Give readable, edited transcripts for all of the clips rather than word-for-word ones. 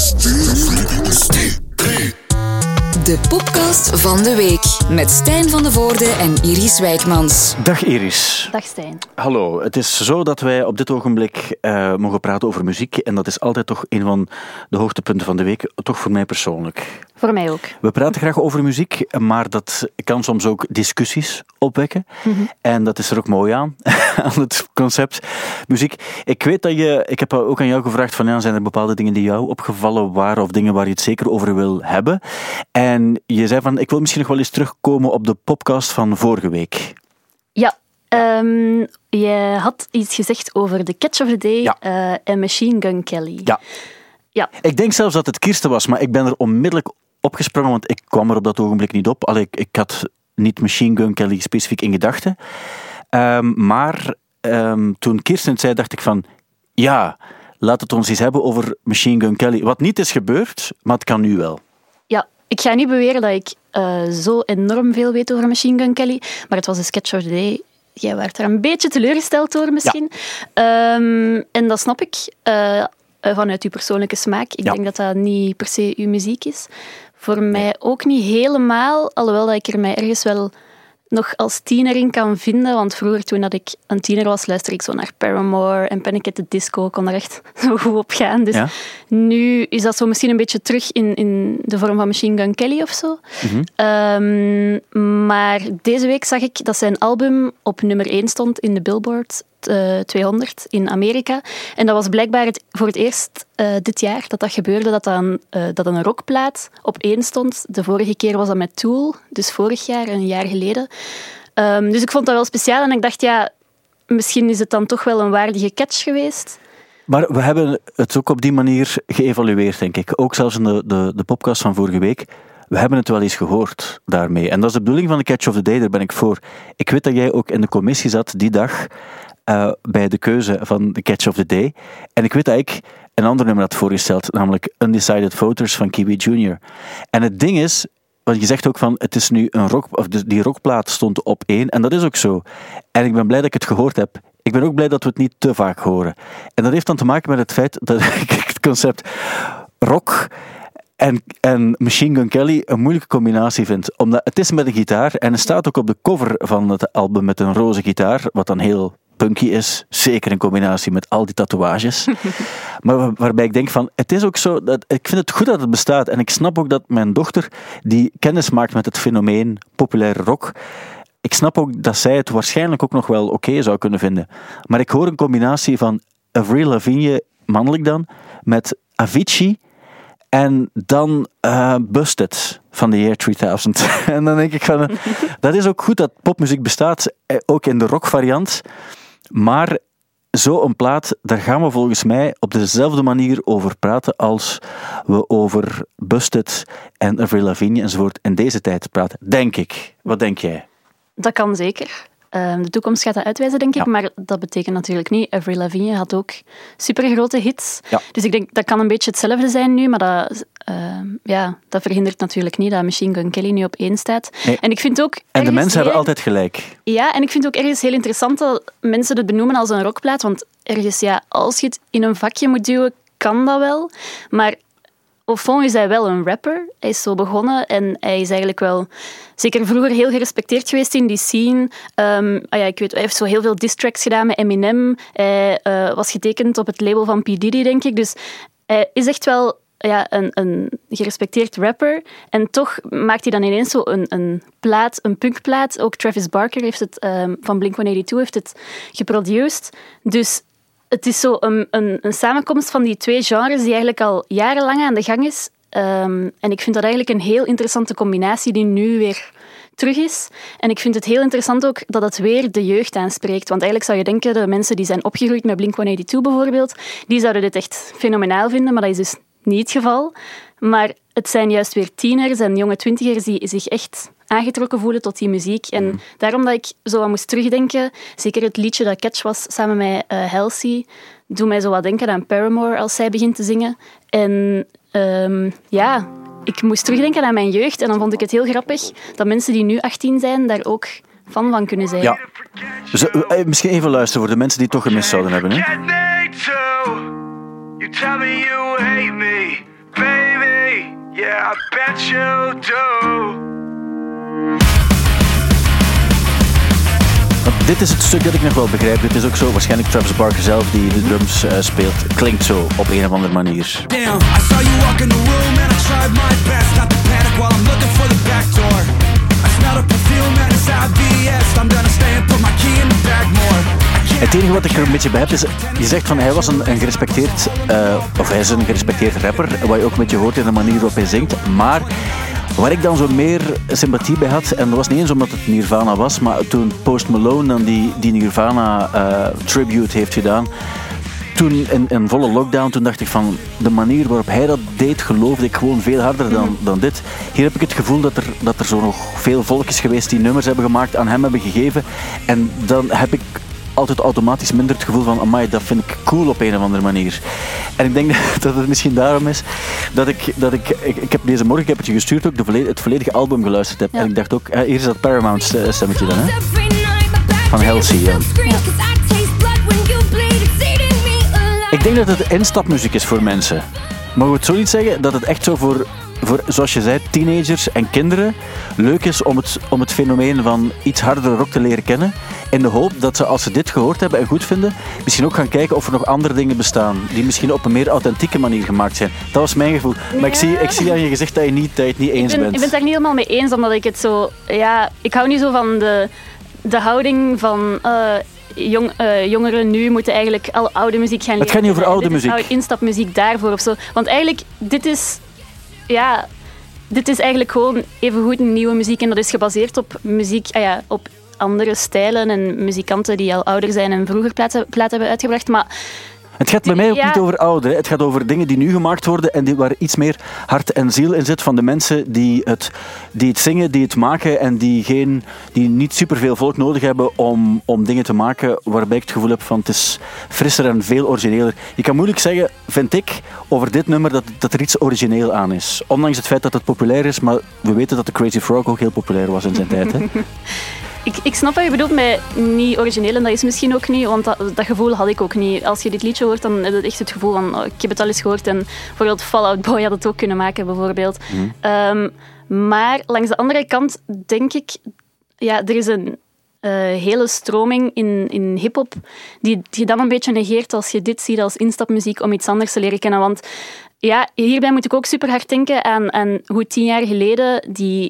De podcast van de week met Stijn van de Voorde en Iris Wijkmans. Dag Iris. Dag Stijn. Hallo, het is zo dat wij op dit ogenblik mogen praten over muziek en dat is altijd toch een van de hoogtepunten van de week, toch voor mij persoonlijk. Voor mij ook. We praten graag over muziek, maar dat kan soms ook discussies opwekken. Mm-hmm. En dat is er ook mooi aan het concept muziek. Ik weet dat ik heb ook aan jou gevraagd van, zijn er bepaalde dingen die jou opgevallen waren of dingen waar je het zeker over wil hebben? En je zei van, ik wil misschien nog wel eens terugkomen op de podcast van vorige week. Ja, je had iets gezegd over de Catch of the Day en Machine Gun Kelly. Ja. Ik denk zelfs dat het Kirsten was, maar ik ben er onmiddellijk opgesprongen, want ik kwam er op dat ogenblik niet op. Ik had niet Machine Gun Kelly specifiek in gedachten. Maar toen Kirsten het zei, dacht ik van, ja, laat het ons eens hebben over Machine Gun Kelly. Wat niet is gebeurd, maar het kan nu wel. Ja, ik ga niet beweren dat ik zo enorm veel weet over Machine Gun Kelly, maar het was de Sketch of the Day. Jij werd er een beetje teleurgesteld door misschien. Ja. En dat snap ik. Vanuit uw persoonlijke smaak. Ik denk dat dat niet per se uw muziek is. Voor mij ook niet helemaal, alhoewel dat ik er mij ergens wel nog als tiener in kan vinden. Want vroeger, toen dat ik een tiener was, luisterde ik zo naar Paramore en Panic! At the Disco. Kon daar echt zo goed op gaan. Dus nu is dat zo misschien een beetje terug in de vorm van Machine Gun Kelly of zo. Mm-hmm. Maar deze week zag ik dat zijn album op nummer 1 stond in de Billboard 200 in Amerika. En dat was blijkbaar voor het eerst dit jaar dat gebeurde, dat een rockplaat op 1 stond. De vorige keer was dat met Tool, dus vorig jaar, een jaar geleden. Dus ik vond dat wel speciaal en ik dacht, misschien is het dan toch wel een waardige catch geweest. Maar we hebben het ook op die manier geëvalueerd, denk ik. Ook zelfs in de podcast van vorige week. We hebben het wel eens gehoord daarmee. En dat is de bedoeling van de Catch of the Day, daar ben ik voor. Ik weet dat jij ook in de commissie zat die dag bij de keuze van de Catch of the Day. En ik weet dat ik een ander nummer had voorgesteld, namelijk Undecided Voters van Kiwi Jr. En het ding is, want je zegt ook van, het is nu een rock, of die rockplaat stond op 1, en dat is ook zo. En ik ben blij dat ik het gehoord heb. Ik ben ook blij dat we het niet te vaak horen. En dat heeft dan te maken met het feit dat ik het concept rock en Machine Gun Kelly een moeilijke combinatie vind. Omdat het is met een gitaar en het staat ook op de cover van het album met een roze gitaar, wat dan heel punky is, zeker in combinatie met al die tatoeages. Maar waarbij ik denk van, het is ook zo, ik vind het goed dat het bestaat en ik snap ook dat mijn dochter, die kennis maakt met het fenomeen populaire rock, ik snap ook dat zij het waarschijnlijk ook nog wel oké zou kunnen vinden. Maar ik hoor een combinatie van Avril Lavigne, mannelijk dan, met Avicii en dan Busted van de Year 3000. En dan denk ik van, dat is ook goed dat popmuziek bestaat, ook in de rockvariant. Maar zo'n plaat, daar gaan we volgens mij op dezelfde manier over praten als we over Busted en Avril Lavigne enzovoort in deze tijd praten. Denk ik. Wat denk jij? Dat kan zeker. De toekomst gaat dat uitwijzen, denk ik. Maar dat betekent natuurlijk niet. Avril Lavigne had ook supergrote hits. Ja. Dus ik denk, dat kan een beetje hetzelfde zijn nu. Maar dat verhindert natuurlijk niet dat Machine Gun Kelly nu op 1 staat. Nee. En ik vind ook... En de mensen hebben altijd gelijk. Ja, en ik vind ook ergens heel interessant dat mensen het benoemen als een rockplaat. Want ergens, als je het in een vakje moet duwen, kan dat wel. Maar au fond is hij wel een rapper. Hij is zo begonnen en hij is eigenlijk wel, zeker vroeger, heel gerespecteerd geweest in die scene. Ik weet, hij heeft zo heel veel diss tracks gedaan met Eminem. Hij was getekend op het label van P. Diddy, denk ik. Dus hij is echt wel een gerespecteerd rapper. En toch maakt hij dan ineens zo een punkplaat. Ook Travis Barker heeft het, van Blink-182 heeft het geproduced. Dus het is zo een samenkomst van die twee genres die eigenlijk al jarenlang aan de gang is. En ik vind dat eigenlijk een heel interessante combinatie die nu weer terug is. En ik vind het heel interessant ook dat het weer de jeugd aanspreekt. Want eigenlijk zou je denken, de mensen die zijn opgegroeid met Blink-182 bijvoorbeeld, die zouden dit echt fenomenaal vinden, maar dat is dus niet het geval. Maar het zijn juist weer tieners en jonge twintigers die zich echt aangetrokken voelen tot die muziek. En daarom dat ik zo wat moest terugdenken, zeker het liedje dat Catch was samen met Halsey, doet mij zo wat denken aan Paramore als zij begint te zingen. En ik moest terugdenken aan mijn jeugd en dan vond ik het heel grappig dat mensen die nu 18 zijn daar ook fan van kunnen zijn. Ja. Dus, misschien even luisteren voor de mensen die het toch gemist zouden hebben. Hè? Yeah, I bet you do. Want dit is het stuk dat ik nog wel begrijp. Dit is ook zo, waarschijnlijk Travis Barker zelf die de drums speelt. Klinkt zo op een of andere manier. Damn, I saw you walk in the room and I tried my best not to panic while I'm looking for the back door. I smell the perfume and it's obvious. I'm gonna stay and put my key in the bag more. Het enige wat ik er een beetje bij heb is, je zegt van hij was een gerespecteerd, of hij is een gerespecteerd rapper, wat je ook een beetje hoort in de manier waarop hij zingt, maar waar ik dan zo meer sympathie bij had, en dat was niet eens omdat het Nirvana was, maar toen Post Malone dan die Nirvana tribute heeft gedaan, toen in volle lockdown, toen dacht ik van de manier waarop hij dat deed, geloofde ik gewoon veel harder dan dit. Hier heb ik het gevoel dat er zo nog veel volk is geweest die nummers hebben gemaakt, aan hem hebben gegeven, en dan heb ik altijd automatisch minder het gevoel van amai, dat vind ik cool op een of andere manier. En ik denk dat het misschien daarom is dat ik heb deze morgen, ik heb het je gestuurd ook, het volledige album geluisterd heb. Ja. En ik dacht ook, hier is dat Paramount stemmetje dan, hè? Van Halsey, ja. Ik denk dat het instapmuziek is voor mensen. Mogen we het zo niet zeggen? Dat het echt zo voor, zoals je zei, teenagers en kinderen leuk is om het fenomeen van iets hardere rock te leren kennen. In de hoop dat ze, als ze dit gehoord hebben en goed vinden, misschien ook gaan kijken of er nog andere dingen bestaan die misschien op een meer authentieke manier gemaakt zijn. Dat was mijn gevoel. Maar ik zie aan je gezicht dat je het niet eens bent. Ik ben het daar niet helemaal mee eens, omdat ik het zo... Ja, ik hou niet zo van de houding van... jongeren nu moeten eigenlijk alle oude muziek gaan leren. Het gaat niet over oude muziek. Instapmuziek daarvoor of zo. Want eigenlijk, dit is eigenlijk gewoon evengoed nieuwe muziek en dat is gebaseerd op muziek, op andere stijlen en muzikanten die al ouder zijn en vroeger platen hebben uitgebracht. Maar het gaat bij mij ook niet over oude. Het gaat over dingen die nu gemaakt worden en waar iets meer hart en ziel in zit van de mensen die het zingen, die het maken en die niet superveel volk nodig hebben om dingen te maken waarbij ik het gevoel heb van het is frisser en veel origineler. Je kan moeilijk zeggen, vind ik, over dit nummer dat er iets origineel aan is. Ondanks het feit dat het populair is, maar we weten dat de Crazy Frog ook heel populair was in zijn tijd. Hè? Ik snap wat je bedoelt met niet origineel en dat is misschien ook niet, want dat gevoel had ik ook niet. Als je dit liedje hoort, dan heb je echt het gevoel van ik heb het al eens gehoord en bijvoorbeeld Fall Out Boy had het ook kunnen maken bijvoorbeeld. Maar langs de andere kant denk ik, er is een hele stroming in hiphop die je dan een beetje negeert als je dit ziet als instapmuziek om iets anders te leren kennen, want ja, hierbij moet ik ook super hard denken aan hoe 10 jaar geleden die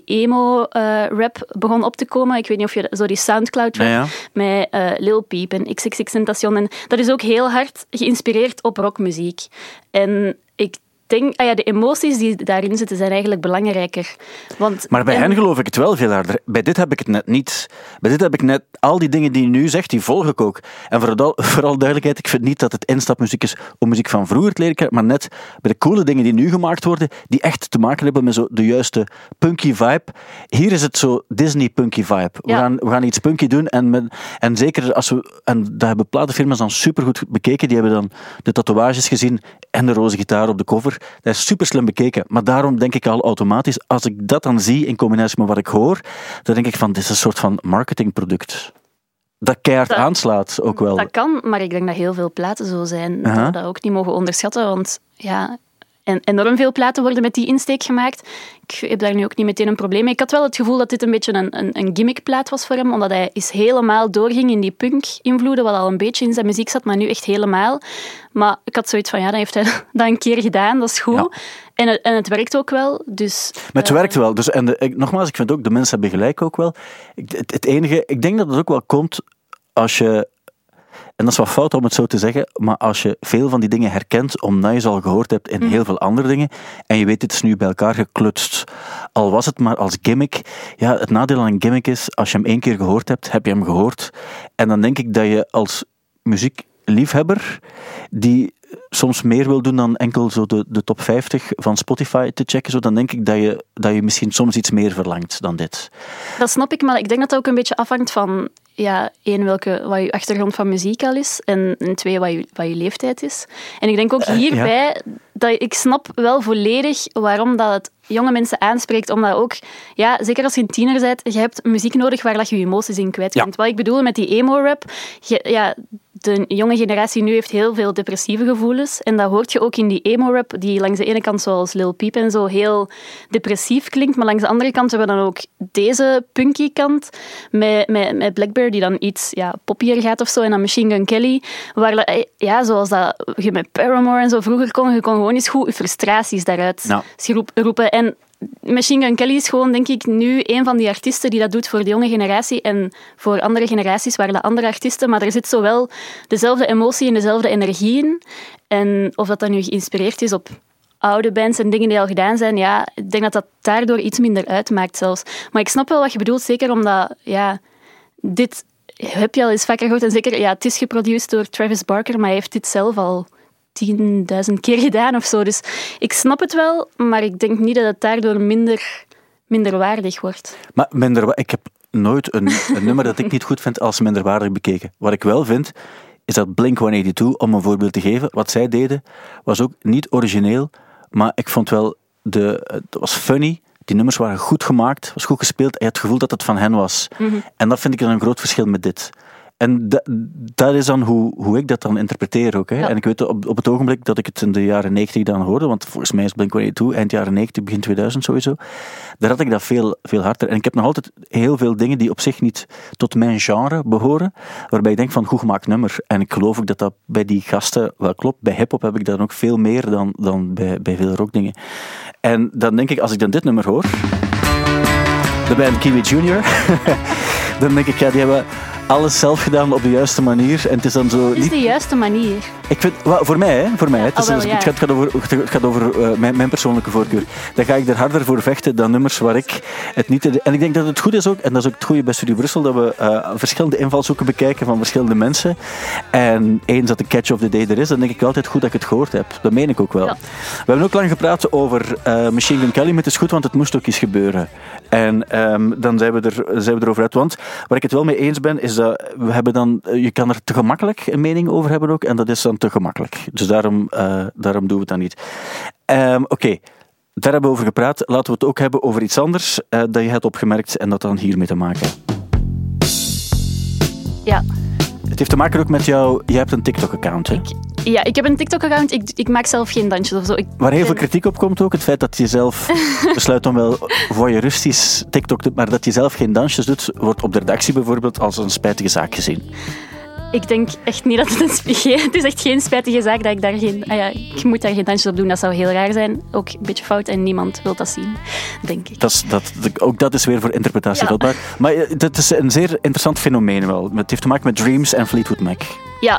emo-rap begon op te komen. Ik weet niet of je zo die Soundcloud-rap met Lil Peep en XXXTentacion. En dat is ook heel hard geïnspireerd op rockmuziek. En ik denk, de emoties die daarin zitten zijn eigenlijk belangrijker. Maar bij hen geloof ik het wel veel harder. Bij dit heb ik het net niet. Bij dit heb ik net al die dingen die je nu zegt, die volg ik ook. En vooral duidelijkheid, ik vind niet dat het instapmuziek is om muziek van vroeger te leren kennen, maar net bij de coole dingen die nu gemaakt worden, die echt te maken hebben met zo de juiste punky vibe. Hier is het zo Disney punky vibe. We gaan iets punky doen en zeker en dat hebben platenfirma's dan supergoed bekeken, die hebben dan de tatoeages gezien en de roze gitaar op de cover. Dat is super slim bekeken. Maar daarom denk ik al automatisch, als ik dat dan zie in combinatie met wat ik hoor, dan denk ik van, dit is een soort van marketingproduct. Dat keihard aanslaat ook wel. Dat kan, maar ik denk dat heel veel platen zo zijn. Dat we dat ook niet mogen onderschatten, want en enorm veel platen worden met die insteek gemaakt. Ik heb daar nu ook niet meteen een probleem mee. Ik had wel het gevoel dat dit een beetje een gimmickplaat was voor hem, omdat hij is helemaal doorging in die punk-invloeden, wat al een beetje in zijn muziek zat, maar nu echt helemaal. Maar ik had zoiets van, dan heeft hij dat een keer gedaan, dat is goed. Ja. En het werkt ook wel. Dus, maar het werkt wel. Dus, nogmaals, ik vind ook, de mensen hebben gelijk ook wel. Het enige, ik denk dat het ook wel komt als je... En dat is wat fout om het zo te zeggen, maar als je veel van die dingen herkent, omdat je ze al gehoord hebt in heel veel andere dingen, en je weet, dit is nu bij elkaar geklutst, al was het maar als gimmick. Ja, het nadeel aan een gimmick is, als je hem 1 keer gehoord hebt, heb je hem gehoord. En dan denk ik dat je als muziekliefhebber, die soms meer wil doen dan enkel zo de top 50 van Spotify te checken, zo, dan denk ik dat je misschien soms iets meer verlangt dan dit. Dat snap ik, maar ik denk dat dat ook een beetje afhangt van 1, wat je achtergrond van muziek al is, en 2, wat je leeftijd is. En ik denk ook hierbij, dat ik snap wel volledig waarom dat het jonge mensen aanspreekt, omdat ook, zeker als je een tiener bent, je hebt muziek nodig waar dat je emoties in kwijt kunt. Wat ik bedoel met die emo-rap, de jonge generatie nu heeft heel veel depressieve gevoelens. En dat hoort je ook in die emo-rap, die langs de ene kant zoals Lil Peep en zo heel depressief klinkt. Maar langs de andere kant hebben we dan ook deze punky kant met Blackbear, die dan iets poppier gaat of zo. En dan Machine Gun Kelly, waar zoals dat je met Paramore en zo vroeger kon, je kon gewoon eens goed je frustraties daaruit roepen. En Machine Gun Kelly is gewoon, denk ik, nu een van die artiesten die dat doet voor de jonge generatie. En voor andere generaties waren dat andere artiesten. Maar er zit zowel dezelfde emotie en dezelfde energie in. En of dat nu geïnspireerd is op oude bands en dingen die al gedaan zijn, ik denk dat daardoor iets minder uitmaakt zelfs. Maar ik snap wel wat je bedoelt, zeker omdat, dit heb je al eens vaker gehoord. En zeker, het is geproduceerd door Travis Barker, maar hij heeft dit zelf al 10.000 keer gedaan of zo. Dus ik snap het wel, maar ik denk niet dat het daardoor minder waardig wordt. Maar ik heb nooit een nummer dat ik niet goed vind als minderwaardig bekeken. Wat ik wel vind, is dat Blink-182, om een voorbeeld te geven, wat zij deden, was ook niet origineel, maar ik vond wel, het was funny, die nummers waren goed gemaakt, was goed gespeeld, en je had het gevoel dat het van hen was. Mm-hmm. En dat vind ik een groot verschil met dit. En dat is dan hoe ik dat dan interpreteer ook. Hè. Ja. En ik weet op het ogenblik dat ik het in de jaren 90 dan hoorde, want volgens mij is Blink-182 eind jaren 90, begin 2000 sowieso, daar had ik dat veel, veel harder. En ik heb nog altijd heel veel dingen die op zich niet tot mijn genre behoren, waarbij ik denk van goed gemaakt nummer. En ik geloof ook dat dat bij die gasten wel klopt. Bij hip-hop heb ik dat ook veel meer dan bij veel rockdingen. En dan denk ik, als ik dan dit nummer hoor, de band Kiwi Jr., dan denk ik, die hebben alles zelf gedaan op de juiste manier. En het is dan zo. Het is de juiste manier. Ik vind, voor mij. Het gaat over mijn persoonlijke voorkeur. Dan ga ik er harder voor vechten dan nummers waar ik het niet. En ik denk dat het goed is ook, en dat is ook het goede bij Studio Brussel, dat we verschillende invalshoeken bekijken van verschillende mensen. En eens dat de catch of the day er is, dan denk ik altijd goed dat ik het gehoord heb. Dat meen ik ook wel. Ja. We hebben ook lang gepraat over Machine Gun Kelly, maar het is goed, want het moest ook eens gebeuren. En dan zijn we erover uit. Want waar ik het wel mee eens ben, is dat we hebben dan, je kan er te gemakkelijk een mening over hebben ook, en dat is dan te gemakkelijk. Dus daarom doen we het dan niet. Oké, daar hebben we over gepraat. Laten we het ook hebben over iets anders dat je hebt opgemerkt en dat dan hiermee te maken. Ja. Het heeft te maken ook met jou. Je hebt een TikTok-account, hè? Ik heb een TikTok-account. Ik maak zelf geen dansjes of zo. Waar heel veel kritiek op komt ook, het feit dat je zelf besluit om wel voyeuristisch TikTok te doen, maar dat je zelf geen dansjes doet, wordt op de redactie bijvoorbeeld als een spijtige zaak gezien. Ik denk echt niet dat het is echt geen spijtige zaak dat ik daar ik moet daar geen dansjes op doen. Dat zou heel raar zijn. Ook een beetje fout en niemand wil dat zien, denk ik. Ook dat is weer voor interpretatie vatbaar. Maar dat is een zeer interessant fenomeen wel. Het heeft te maken met Dreams en Fleetwood Mac. Ja.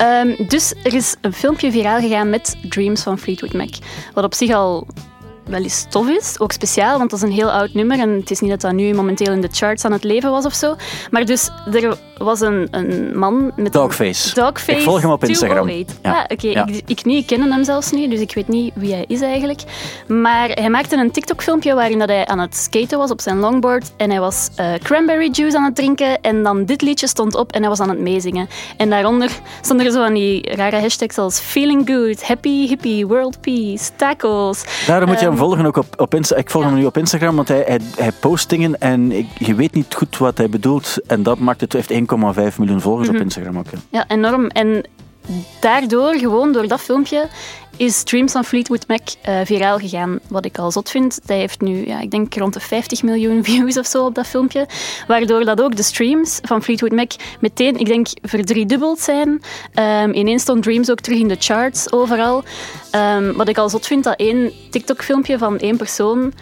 Dus er is een filmpje viraal gegaan met Dreams van Fleetwood Mac. Wat op zich al wel eens tof is, ook speciaal, want dat is een heel oud nummer en het is niet dat dat nu momenteel in de charts aan het leven was of zo. Maar dus, er was een man met Dogface. Ik volg hem op Instagram. Ja. Oké. Ik ken hem zelfs niet, dus ik weet niet wie hij is eigenlijk. Maar hij maakte een TikTok-filmpje waarin dat hij aan het skaten was op zijn longboard en hij was cranberry juice aan het drinken en dan dit liedje stond op en hij was aan het meezingen. En daaronder stonden er zo aan die rare hashtags als feeling good, happy, hippie, world peace, tacos. Daarom moet je hem volgen ook op Instagram. Ik volg hem nu op Instagram, want hij post dingen en je weet niet goed wat hij bedoelt. En dat maakt het, hij heeft 1,5 miljoen volgers op Instagram ook. Ja, enorm. En daardoor, gewoon door dat filmpje, is Dreams van Fleetwood Mac viraal gegaan. Wat ik al zot vind. Hij heeft nu, ik denk rond de 50 miljoen views of zo op dat filmpje. Waardoor dat ook de streams van Fleetwood Mac meteen, ik denk, verdriedubbeld zijn. Ineens stond Dreams ook terug in de charts overal. Wat ik al zot vind, dat één TikTok-filmpje van één persoon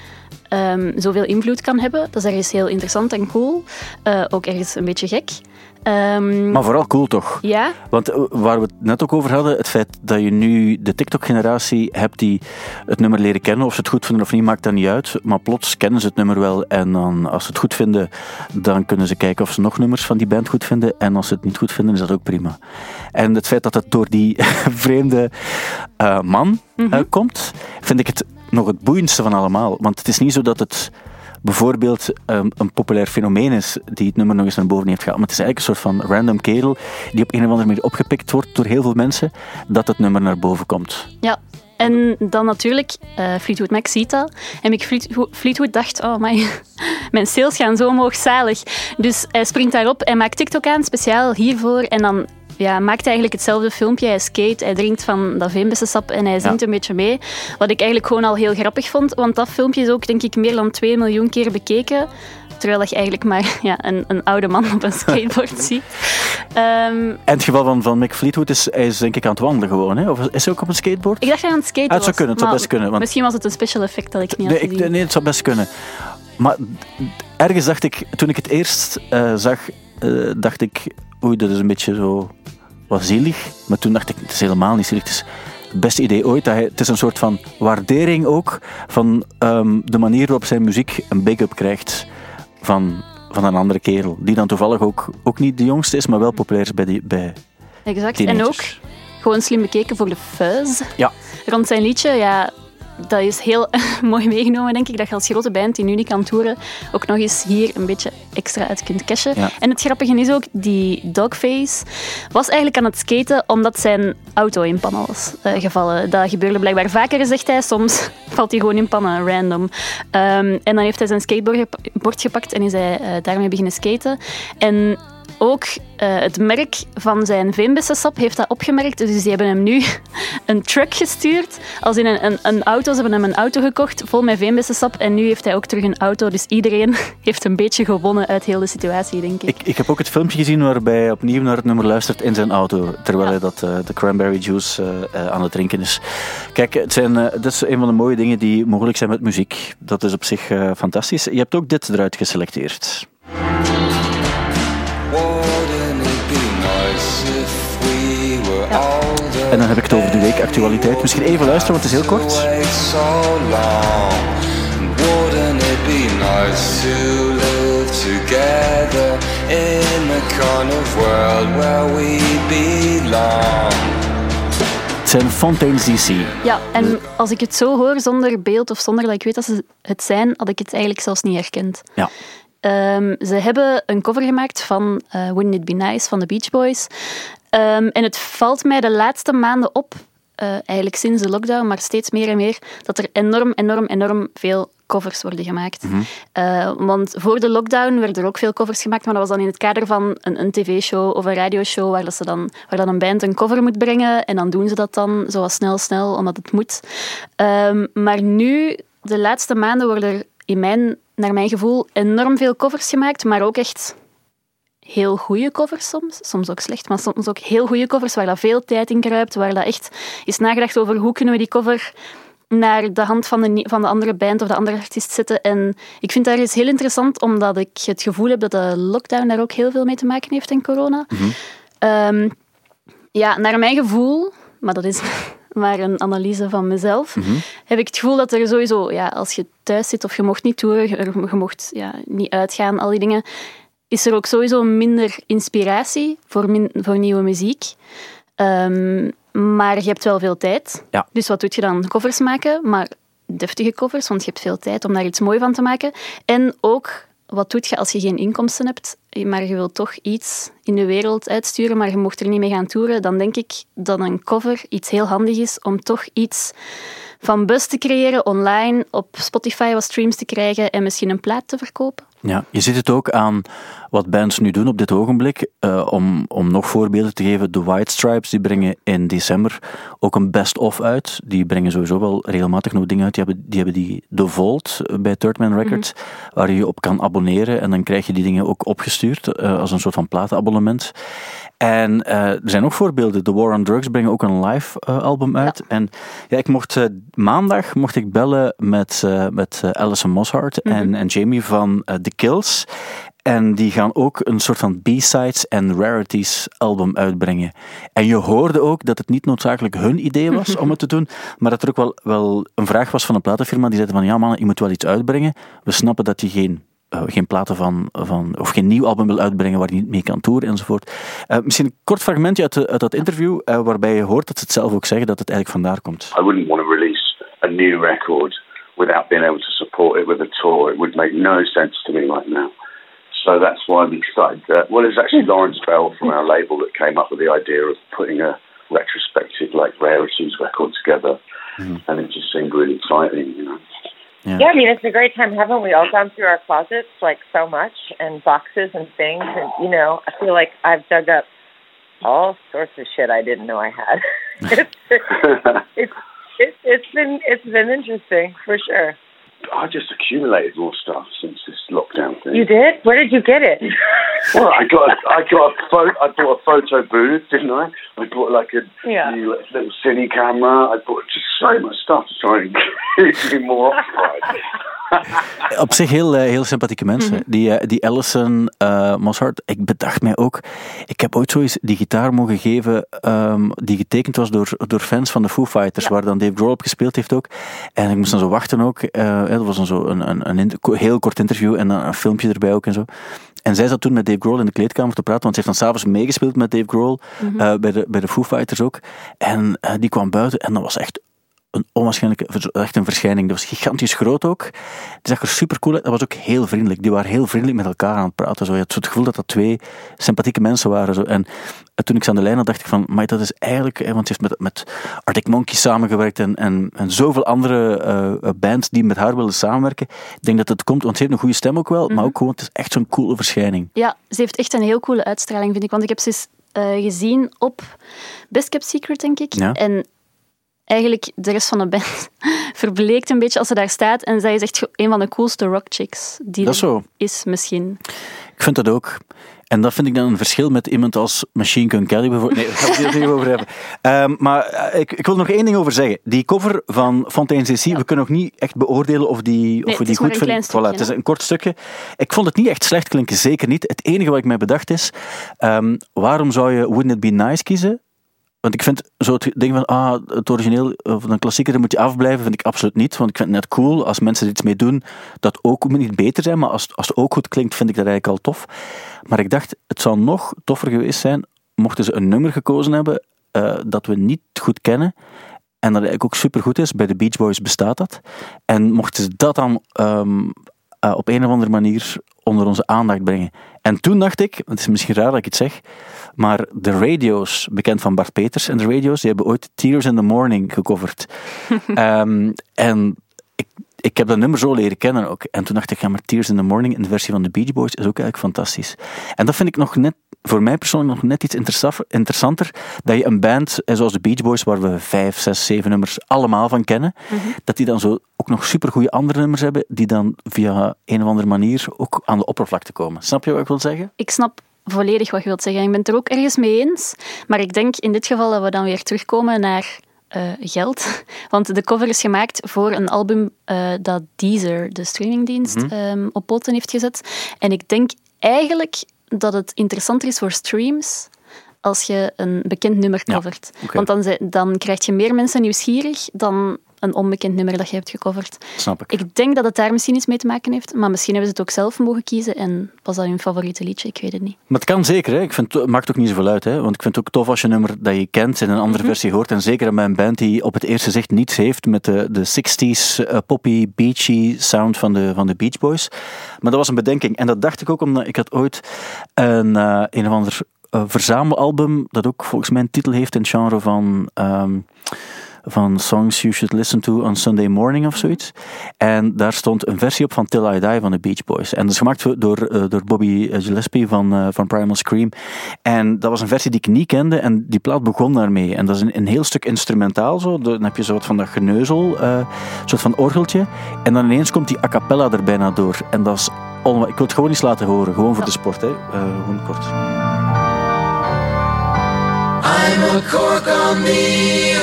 zoveel invloed kan hebben. Dat is ergens heel interessant en cool. Ook ergens een beetje gek. Maar vooral cool toch? Ja. Want waar we het net ook over hadden, het feit dat je nu de TikTok-generatie hebt die het nummer leren kennen, of ze het goed vinden of niet, maakt dat niet uit. Maar plots kennen ze het nummer wel en dan, als ze het goed vinden, dan kunnen ze kijken of ze nog nummers van die band goed vinden. En als ze het niet goed vinden, is dat ook prima. En het feit dat het door die vreemde man komt, vind ik het nog het boeiendste van allemaal. Want het is niet zo dat het bijvoorbeeld een populair fenomeen is die het nummer nog eens naar boven heeft gehaald. Maar het is eigenlijk een soort van random kerel die op een of andere manier opgepikt wordt door heel veel mensen, dat het nummer naar boven komt. Ja. En dan natuurlijk, Fleetwood Mac ziet dat. En Fleetwood dacht, oh mijn sales gaan zo omhoog, zalig. Dus hij springt daarop en maakt TikTok aan, speciaal hiervoor. En dan maakt eigenlijk hetzelfde filmpje. Hij skate, hij drinkt van dat veenbessensap en hij zingt een beetje mee. Wat ik eigenlijk gewoon al heel grappig vond. Want dat filmpje is ook, denk ik, meer dan 2 miljoen keer bekeken. Terwijl je eigenlijk maar een oude man op een skateboard ziet. En het geval van Mick Fleetwood hij is denk ik aan het wandelen gewoon. Hè? Of is hij ook op een skateboard? Ik dacht dat hij aan het skaten was. Het zou kunnen, het zou best kunnen. Want... Misschien was het een special effect dat ik niet had gezien. Nee, het zou best kunnen. Maar ergens dacht ik, toen ik het eerst zag, dacht ik, oei, dat is een beetje zo wat zielig. Maar toen dacht ik, het is helemaal niet zielig. Het is het beste idee ooit. Het is een soort van waardering ook van de manier waarop zijn muziek een big-up krijgt van een andere kerel. Die dan toevallig ook niet de jongste is, maar wel populair is bij exact. teenagers. En ook gewoon slim bekeken voor de fuzz. Ja. Rond zijn liedje, dat is heel mooi meegenomen, denk ik. Dat je als grote band die nu niet kan toeren, ook nog eens hier een beetje extra uit kunt cashen. Ja. En het grappige is ook, die Dogface was eigenlijk aan het skaten omdat zijn auto in pannen was gevallen. Dat gebeurde blijkbaar vaker, zegt hij. Soms valt hij gewoon in pannen, random. En dan heeft hij zijn skateboard gepakt en is hij daarmee beginnen skaten. En ook het merk van zijn veenbessensap heeft dat opgemerkt. Dus die hebben hem nu een truck gestuurd. Als in een auto. Ze hebben hem een auto gekocht vol met veenbessensap. En nu heeft hij ook terug een auto. Dus iedereen heeft een beetje gewonnen uit heel de situatie, denk ik. Ik heb ook het filmpje gezien waarbij hij opnieuw naar het nummer luistert in zijn auto. Terwijl hij de cranberry juice aan het drinken is. Kijk, dat is een van de mooie dingen die mogelijk zijn met muziek. Dat is op zich fantastisch. Je hebt ook dit eruit geselecteerd. En dan heb ik het over de weekactualiteit. Misschien even luisteren, want het is heel kort. Het zijn Fontaines DC. Ja, en als ik het zo hoor, zonder beeld of zonder dat ik weet dat ze het zijn, had ik het eigenlijk zelfs niet herkend. Ja. Ze hebben een cover gemaakt van Wouldn't It Be Nice van de Beach Boys. En het valt mij de laatste maanden op, eigenlijk sinds de lockdown, maar steeds meer en meer, dat er enorm veel covers worden gemaakt. Mm-hmm. Want voor de lockdown werden er ook veel covers gemaakt, maar dat was dan in het kader van een tv-show of een radioshow waar dan een band een cover moet brengen en dan doen ze dat dan zoals snel, omdat het moet. Maar nu, de laatste maanden, worden er naar mijn gevoel enorm veel covers gemaakt, maar ook echt heel goede covers soms ook slecht, maar soms ook heel goede covers waar dat veel tijd in kruipt, waar dat echt is nagedacht over hoe kunnen we die cover naar de hand van de andere band of de andere artiest zetten. En ik vind dat is heel interessant, omdat ik het gevoel heb dat de lockdown daar ook heel veel mee te maken heeft en corona. Mm-hmm. Naar mijn gevoel, maar dat is maar een analyse van mezelf, heb ik het gevoel dat er sowieso, als je thuis zit of je mocht niet toeren, je mocht niet uitgaan, al die dingen, is er ook sowieso minder inspiratie voor nieuwe muziek. Maar je hebt wel veel tijd. Ja. Dus wat doe je dan? Covers maken, maar deftige covers, want je hebt veel tijd om daar iets moois van te maken. En ook, wat doe je als je geen inkomsten hebt, maar je wilt toch iets in de wereld uitsturen, maar je mocht er niet mee gaan toeren, dan denk ik dat een cover iets heel handig is om toch iets van buzz te creëren, online, op Spotify wat streams te krijgen en misschien een plaat te verkopen. Ja, je ziet het ook aan wat bands nu doen op dit ogenblik. Om nog voorbeelden te geven, de White Stripes die brengen in december ook een best-of uit. Die brengen sowieso wel regelmatig nog dingen uit. Die hebben The Vault bij Third Man Records, waar je op kan abonneren en dan krijg je die dingen ook opgestuurd als een soort van platenabonnement. En er zijn ook voorbeelden. The War on Drugs brengen ook een live album uit. Ja. En ik maandag mocht ik bellen met Alison Mosshart en Jamie van The Kills. En die gaan ook een soort van B-sides en rarities album uitbrengen. En je hoorde ook dat het niet noodzakelijk hun idee was om het te doen, maar dat er ook wel een vraag was van een platenfirma die zei van ja man, je moet wel iets uitbrengen. We snappen dat je geen platen of geen nieuw album wil uitbrengen waar je niet mee kan toeren enzovoort. Misschien een kort fragmentje uit dat interview waarbij je hoort dat ze het zelf ook zeggen dat het eigenlijk vandaar komt. I wouldn't want to release a new record without being able to support it with a tour. It would make no sense to me right now. So that's why we started. It's actually Lawrence Bell from our label that came up with the idea of putting a retrospective, like rarities record together, and it just seemed really exciting, you know. Yeah, I mean, it's a great time. Haven't we all gone through our closets like so much and boxes and things? And, I feel like I've dug up all sorts of shit I didn't know I had. It's been interesting for sure. I just accumulated more stuff since this lockdown thing. You did? Where did you get it? Well, I bought a photo booth, didn't I? I bought like a new little cine camera. I bought just so much stuff to try and keep me more occupied. Op zich heel sympathieke mensen. Die Alison Mosshart, ik bedacht mij ook, ik heb ooit zoiets die gitaar mogen geven die getekend was door fans van de Foo Fighters, waar dan Dave Grohl op gespeeld heeft ook. En ik moest dan zo wachten ook. Dat was dan zo een heel kort interview en dan een filmpje erbij ook en zo. En zij zat toen met Dave Grohl in de kleedkamer te praten, want ze heeft dan s'avonds meegespeeld met Dave Grohl bij de Foo Fighters ook. En die kwam buiten en dat was echt een onwaarschijnlijke, echt een verschijning. Dat was gigantisch groot ook. Die zag er super cool uit. Dat was ook heel vriendelijk. Die waren heel vriendelijk met elkaar aan het praten. Zo. Je had zo het gevoel dat dat twee sympathieke mensen waren. Zo. En toen ik ze aan de lijn had, dacht ik van, maar dat is eigenlijk, want ze heeft met Arctic Monkeys samengewerkt en zoveel andere bands die met haar willen samenwerken. Ik denk dat het komt, want ze heeft een goede stem ook wel, maar ook gewoon, het is echt zo'n coole verschijning. Ja, ze heeft echt een heel coole uitstraling, vind ik. Want ik heb ze gezien op Best Kept Secret, denk ik. Ja. En eigenlijk de rest van de band verbleekt een beetje als ze daar staat. En zij is echt een van de coolste rockchicks die er is, misschien. Ik vind dat ook. En dat vind ik dan een verschil met iemand als Machine Gun Kelly bijvoorbeeld. Nee, daar gaan we het niet over hebben. Maar ik wil er nog één ding over zeggen. Die cover van Fontaines DC, we kunnen nog niet echt beoordelen of we die goed vinden. Voilà, het is een kort stukje. Ik vond het niet echt slecht klinken, zeker niet. Het enige wat ik mij bedacht is, waarom zou je Wouldn't It Be Nice kiezen? Want ik vind zo het ding van, het origineel of een klassieker, daar moet je afblijven, vind ik absoluut niet. Want ik vind het net cool als mensen er iets mee doen, dat ook moet niet beter zijn, maar als het ook goed klinkt, vind ik dat eigenlijk al tof. Maar ik dacht, het zou nog toffer geweest zijn, mochten ze een nummer gekozen hebben dat we niet goed kennen, en dat eigenlijk ook supergoed is. Bij de Beach Boys bestaat dat. En mochten ze dat dan op een of andere manier onder onze aandacht brengen. En toen dacht ik, het is misschien raar dat ik het zeg, maar de Radio's, bekend van Bart Peters en de Radio's, die hebben ooit Tears in the Morning gecoverd. En ik heb dat nummer zo leren kennen ook. En toen dacht ik, maar Tears in the Morning in de versie van de Beach Boys is ook eigenlijk fantastisch. En dat vind ik nog net, voor mij persoonlijk nog net iets interessanter, dat je een band zoals de Beach Boys, waar we 5, 6, 7 nummers allemaal van kennen, dat die dan zo ook nog supergoeie andere nummers hebben, die dan via een of andere manier ook aan de oppervlakte komen. Snap je wat ik wil zeggen? Ik snap volledig wat je wilt zeggen. Ik ben het er ook ergens mee eens. Maar ik denk in dit geval dat we dan weer terugkomen naar geld. Want de cover is gemaakt voor een album dat Deezer, de streamingdienst, op poten heeft gezet. En ik denk eigenlijk dat het interessanter is voor streams als je een bekend nummer covert. Ja, okay. Want dan krijg je meer mensen nieuwsgierig dan een onbekend nummer dat je hebt gecoverd. Snap ik. Ik denk dat het daar misschien iets mee te maken heeft, maar misschien hebben ze het ook zelf mogen kiezen en was dat hun favoriete liedje, ik weet het niet. Maar het kan zeker, hè. Ik vind het maakt ook niet zoveel uit, hè. Want ik vind het ook tof als je een nummer dat je kent in een andere versie hoort, en zeker bij een band die op het eerste zicht niets heeft met de 60s poppy, beachy sound van de Beach Boys. Maar dat was een bedenking, en dat dacht ik ook omdat ik had ooit een of ander verzamelalbum dat ook volgens mij een titel heeft in het genre van Songs You Should Listen To on Sunday Morning of zoiets. En daar stond een versie op van Till I Die van de Beach Boys. En dat is gemaakt door Bobby Gillespie van Primal Scream. En dat was een versie die ik niet kende en die plaat begon daarmee. En dat is een heel stuk instrumentaal zo. Dan heb je zo wat van dat geneuzel, soort van orgeltje. En dan ineens komt die a cappella er bijna door. En dat is ik wil het gewoon eens laten horen, gewoon voor de sport, hè. Gewoon kort. I'm a cork on the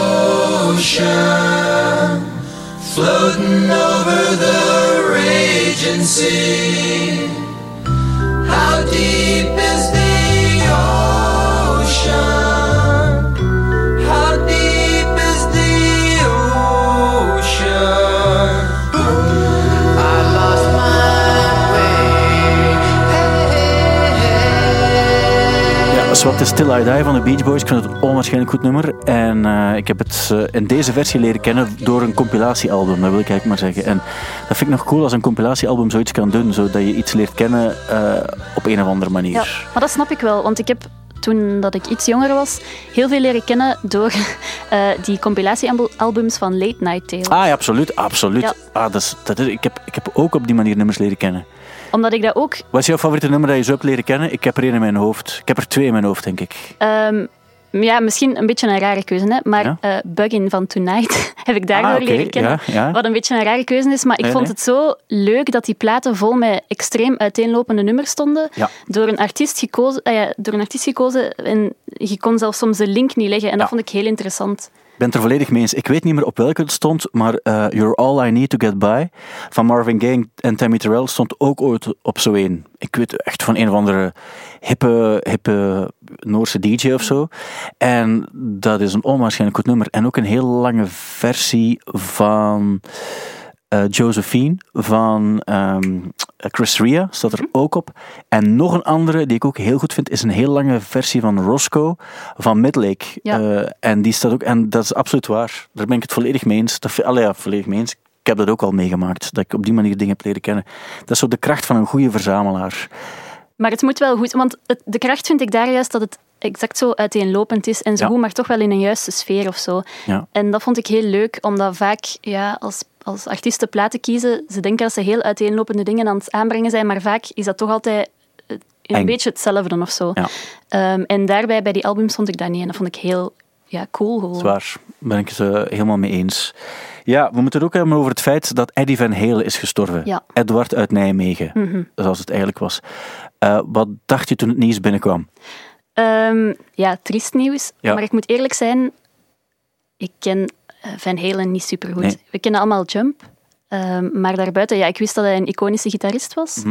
ocean, floating over the raging sea. How deep is the ocean? How deep is the ocean? I lost my way. Wat is Till I Die van de Beach Boys? Ik vind het een onwaarschijnlijk goed nummer. En ik heb het in deze versie leren kennen door een compilatiealbum, dat wil ik eigenlijk maar zeggen. En dat vind ik nog cool als een compilatiealbum zoiets kan doen, zodat je iets leert kennen op een of andere manier. Ja, maar dat snap ik wel, want ik heb toen dat ik iets jonger was, heel veel leren kennen door die compilatiealbums van Late Night Tales. Ah, ja, absoluut. Ja. Ik heb ook op die manier nummers leren kennen. Omdat ik dat ook... Wat is jouw favoriete nummer dat je zo hebt leren kennen? Ik heb er één in mijn hoofd. Ik heb er 2 in mijn hoofd, denk ik. Ja, misschien een beetje een rare keuze, hè? Maar Buggin van Tonight heb ik daardoor leren kennen. Ja. Wat een beetje een rare keuze is, maar ik vond het zo leuk dat die platen vol met extreem uiteenlopende nummers stonden. Ja. Door een artiest gekozen en je kon zelfs soms de link niet leggen. En dat vond ik heel interessant. Ik ben het er volledig mee eens. Ik weet niet meer op welke het stond, maar You're All I Need to Get By van Marvin Gaye en Tammy Terrell stond ook ooit op zo één. Ik weet echt van een of andere hippe Noorse DJ of zo. En dat is een onwaarschijnlijk goed nummer. En ook een heel lange versie van Josephine van Chris Rea staat er ook op. En nog een andere die ik ook heel goed vind is een heel lange versie van Roscoe van Midlake. Ja. En die staat ook, en dat is absoluut waar. Daar ben ik het volledig mee eens. Volledig mee eens. Ik heb dat ook al meegemaakt, dat ik op die manier dingen heb leren kennen. Dat is zo de kracht van een goede verzamelaar. Maar het moet wel goed, want de kracht vind ik daar juist dat het exact zo uiteenlopend is en zo goed, maar toch wel in een juiste sfeer of zo. Ja. En dat vond ik heel leuk, omdat vaak als artiesten platen kiezen, ze denken dat ze heel uiteenlopende dingen aan het aanbrengen zijn, maar vaak is dat toch altijd een beetje hetzelfde of zo. Ja. En daarbij, bij die albums, vond ik dat niet. En dat vond ik heel cool gewoon. Zwaar, ben ik het helemaal mee eens. Ja, we moeten het ook hebben over het feit dat Eddie Van Halen is gestorven. Ja. Edward uit Nijmegen, zoals het eigenlijk was. Wat dacht je toen het nieuws binnenkwam? Triest nieuws. Ja. Maar ik moet eerlijk zijn, ik ken Van Halen niet supergoed. Nee. We kennen allemaal Jump. Maar daarbuiten, ik wist dat hij een iconische gitarist was.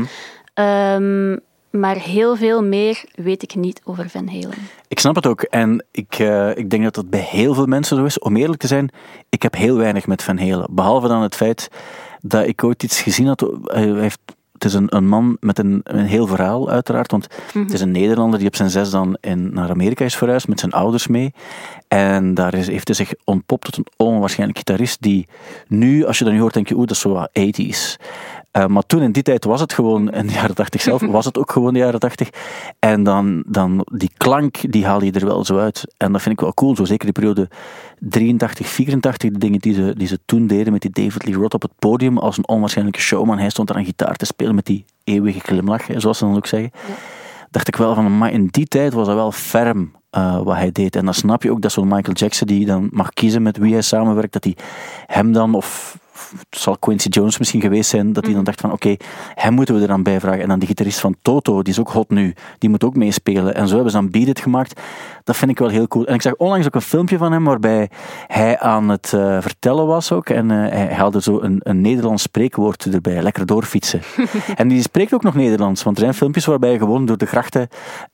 Maar heel veel meer weet ik niet over Van Halen. Ik snap het ook. En ik denk dat dat bij heel veel mensen zo is. Om eerlijk te zijn, ik heb heel weinig met Van Halen. Behalve dan het feit dat ik ooit iets gezien had. Het is een man met een heel verhaal, uiteraard. Want het is een Nederlander die op zijn 6 dan naar Amerika is verhuisd met zijn ouders mee. En daar heeft hij zich ontpopt tot een onwaarschijnlijk gitarist die nu, als je dat nu hoort, denk je, dat is zo wat 80's. Maar toen in die tijd was het gewoon, in de jaren 80 zelf, was het ook gewoon de jaren 80. En dan die klank, die haal je er wel zo uit. En dat vind ik wel cool, zo zeker die periode 83, 84, de dingen die ze toen deden met die David Lee Roth op het podium als een onwaarschijnlijke showman. Hij stond daar aan gitaar te spelen met die eeuwige glimlach, zoals ze dan ook zeggen. Ja. Dacht ik wel van, maar in die tijd was dat wel ferm wat hij deed. En dan snap je ook dat zo'n Michael Jackson die dan mag kiezen met wie hij samenwerkt, dat hij hem dan, of het zal Quincy Jones misschien geweest zijn, dat hij dan dacht van oké, hem moeten we er dan bij vragen. En dan die gitarist van Toto, die is ook hot nu, die moet ook meespelen. En zo hebben ze dan Beat It gemaakt. Dat vind ik wel heel cool. En ik zag onlangs ook een filmpje van hem waarbij hij aan het vertellen was ook. En hij haalde zo een Nederlands spreekwoord erbij, lekker doorfietsen. En die spreekt ook nog Nederlands, want er zijn filmpjes waarbij hij gewoon door de grachten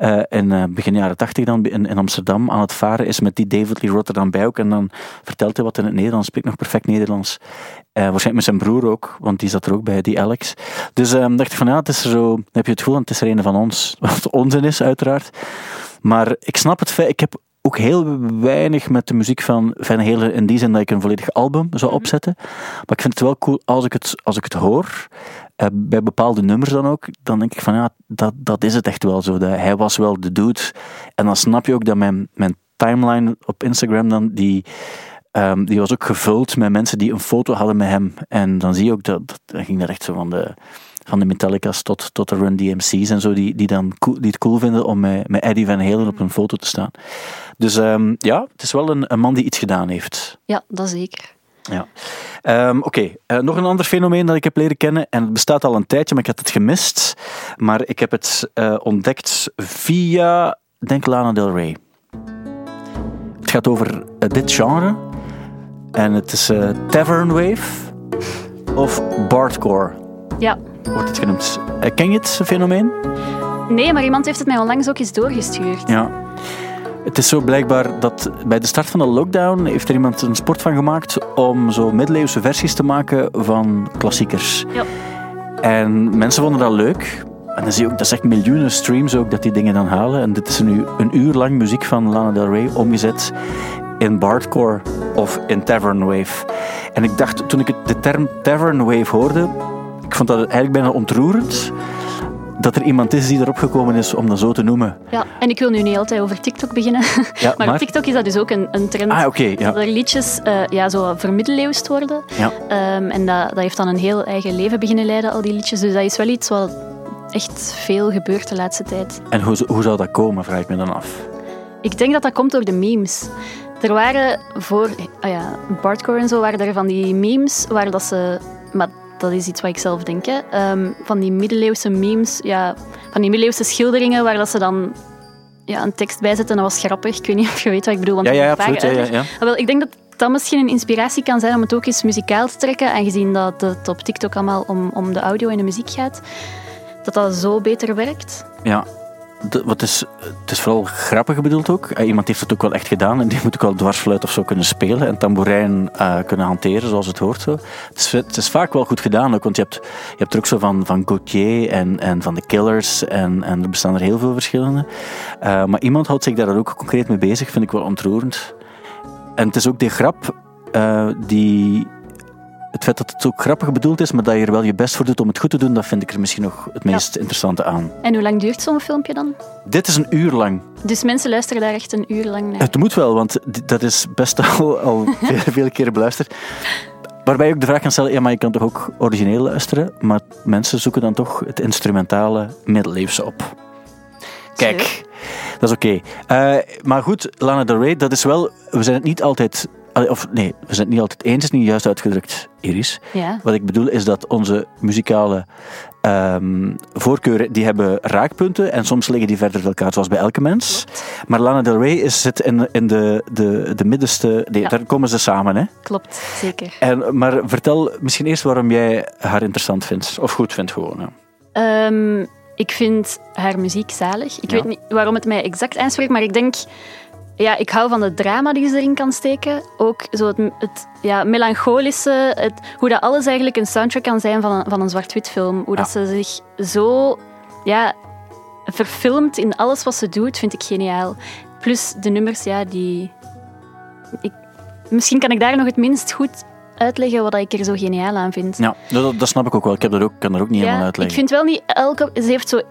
in begin jaren 80 dan in Amsterdam aan het varen is met die David Lee Roth er dan bij ook. En dan vertelt hij wat in het Nederlands, spreekt nog perfect Nederlands. Waarschijnlijk met zijn broer ook, want die zat er ook bij, die Alex. Dus dacht ik van het is er zo, dan heb je het gevoel dat het is er een van ons. Wat onzin is, uiteraard. Maar ik snap het feit, ik heb ook heel weinig met de muziek van Van Halen in die zin dat ik een volledig album zou opzetten. Maar ik vind het wel cool als ik het hoor, bij bepaalde nummers dan ook, dan denk ik van dat is het echt wel zo. Dat hij was wel de dude. En dan snap je ook dat mijn timeline op Instagram dan, die was ook gevuld met mensen die een foto hadden met hem. En dan zie je ook dat ging dat echt zo van de Metallica's tot de Run DMC's en zo, die het cool vinden om met Eddie Van Halen op een foto te staan. Dus het is wel een man die iets gedaan heeft. Ja, dat zeker. Ja. Oké. Nog een ander fenomeen dat ik heb leren kennen, en het bestaat al een tijdje, maar ik had het gemist. Maar ik heb het ontdekt via, denk Lana Del Rey. Het gaat over dit genre. En het is Tavern Wave of Bardcore. Ja. Wordt het genoemd. Ken je het fenomeen? Nee, maar iemand heeft het mij onlangs ook eens doorgestuurd. Ja. Het is zo blijkbaar dat bij de start van de lockdown heeft er iemand een sport van gemaakt om zo middeleeuwse versies te maken van klassiekers. Ja. En mensen vonden dat leuk. En dan zie je ook, dat is echt miljoenen streams ook dat die dingen dan halen. En dit is nu een uur lang muziek van Lana Del Rey omgezet in Bardcore of in Tavern Wave. En ik dacht, toen ik de term Tavern Wave hoorde, ik vond dat eigenlijk bijna ontroerend. dat er iemand is die erop gekomen is om dat zo te noemen. Ja, en ik wil nu niet altijd over TikTok beginnen. Ja, maar op TikTok is dat dus ook een trend. Oké. Dat er liedjes zo vermiddeleeuwst worden. Ja. En dat heeft dan een heel eigen leven beginnen leiden, al die liedjes. Dus dat is wel iets wat echt veel gebeurt de laatste tijd. En hoe zou dat komen, vraag ik me dan af. Ik denk dat dat komt door de memes. Er waren voor Bardcore en zo, waren er van die memes waar dat ze... Maar dat is iets wat ik zelf denk. Hè. Van die middeleeuwse memes, van die middeleeuwse schilderingen waar dat ze dan een tekst bij zetten. En dat was grappig. Ik weet niet of je weet wat ik bedoel. Want Ja, absoluut. Ja. Wel, ik denk dat dat misschien een inspiratie kan zijn om het ook eens muzikaal te trekken. Aangezien dat het op TikTok allemaal om de audio en de muziek gaat. Dat zo beter werkt. Ja. Het is vooral grappig bedoeld ook. Iemand heeft het ook wel echt gedaan en die moet ook wel dwarsfluit of zo kunnen spelen en tamboerijn kunnen hanteren zoals het hoort. Zo. Het is vaak wel goed gedaan ook, want je hebt er ook zo van Gauthier en van The Killers en er bestaan er heel veel verschillende. Maar iemand houdt zich daar ook concreet mee bezig, vind ik wel ontroerend. En het is ook die grap het feit dat het ook grappig bedoeld is, maar dat je er wel je best voor doet om het goed te doen, dat vind ik er misschien nog het meest interessante aan. En hoe lang duurt zo'n filmpje dan? Dit is 1 uur lang. Dus mensen luisteren daar echt 1 uur lang naar? Het moet wel, want dat is best al vele keren beluisterd. Waarbij je ook de vraag kan stellen, maar je kan toch ook origineel luisteren, maar mensen zoeken dan toch het instrumentale middeleeuwse op. Kijk, dat is oké. Maar goed, Lana Del Rey, dat is wel... We zijn het niet altijd... we zijn het niet altijd eens, is niet juist uitgedrukt, Iris. Ja. Wat ik bedoel is dat onze muzikale voorkeuren, die hebben raakpunten en soms liggen die verder uit elkaar, zoals bij elke mens. Maar Lana Del Rey zit in de middenste... Daar komen ze samen, hè? Klopt, zeker. Maar vertel misschien eerst waarom jij haar interessant vindt, of goed vindt gewoon. Ja. Ik vind haar muziek zalig. Ik weet niet waarom het mij exact aanspreekt, maar ik denk... Ja, ik hou van het drama die ze erin kan steken. Ook zo het melancholische, hoe dat alles eigenlijk een soundtrack kan zijn van een zwart-wit film. Hoe dat ze zich zo verfilmt in alles wat ze doet, vind ik geniaal. Plus de nummers, misschien kan ik daar nog het minst goed uitleggen wat ik er zo geniaal aan vind. Ja, dat snap ik ook wel. Ik kan er ook niet helemaal uitleggen. Ik vind wel niet ze heeft zo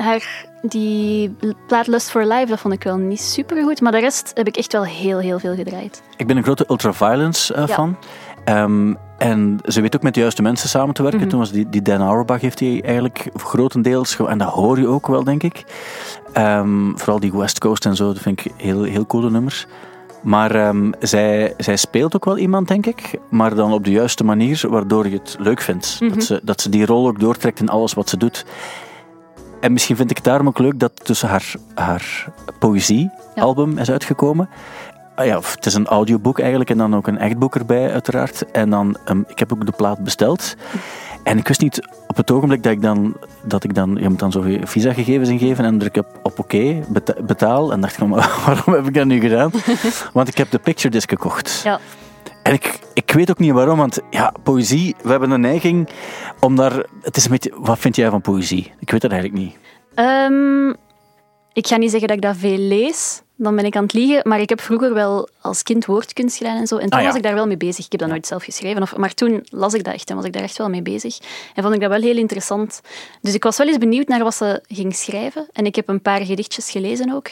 die plaat Lust for Life, dat vond ik wel niet supergoed, maar de rest heb ik echt wel heel, heel veel gedraaid. Ik ben een grote Ultraviolence fan. En ze weet ook met de juiste mensen samen te werken. Toen was die Dan Auerbach heeft die eigenlijk grotendeels, en dat hoor je ook wel, denk ik. Vooral die West Coast en zo, dat vind ik heel, heel coole nummers. Maar zij speelt ook wel iemand, denk ik, maar dan op de juiste manier, waardoor je het leuk vindt. Dat ze die rol ook doortrekt in alles wat ze doet. En misschien vind ik het daarom ook leuk dat tussen haar poëziealbum is uitgekomen. Het is een audioboek eigenlijk en dan ook een echt boek erbij, uiteraard. En dan, ik heb ook de plaat besteld. En ik wist niet op het ogenblik je moet dan zo visa-gegevens ingeven en druk op oké, betaal. En dacht ik, waarom heb ik dat nu gedaan? Want ik heb de picture disc gekocht. Ja. En ik weet ook niet waarom, want poëzie, we hebben een neiging om daar... Het is een beetje... Wat vind jij van poëzie? Ik weet dat eigenlijk niet. Ik ga niet zeggen dat ik dat veel lees, dan ben ik aan het liegen, maar ik heb vroeger wel als kind woordkunst gedaan en zo. En toen was ik daar wel mee bezig. Ik heb dat nooit zelf geschreven, maar toen las ik dat echt en was ik daar echt wel mee bezig. En vond ik dat wel heel interessant. Dus ik was wel eens benieuwd naar wat ze ging schrijven. En ik heb een paar gedichtjes gelezen ook.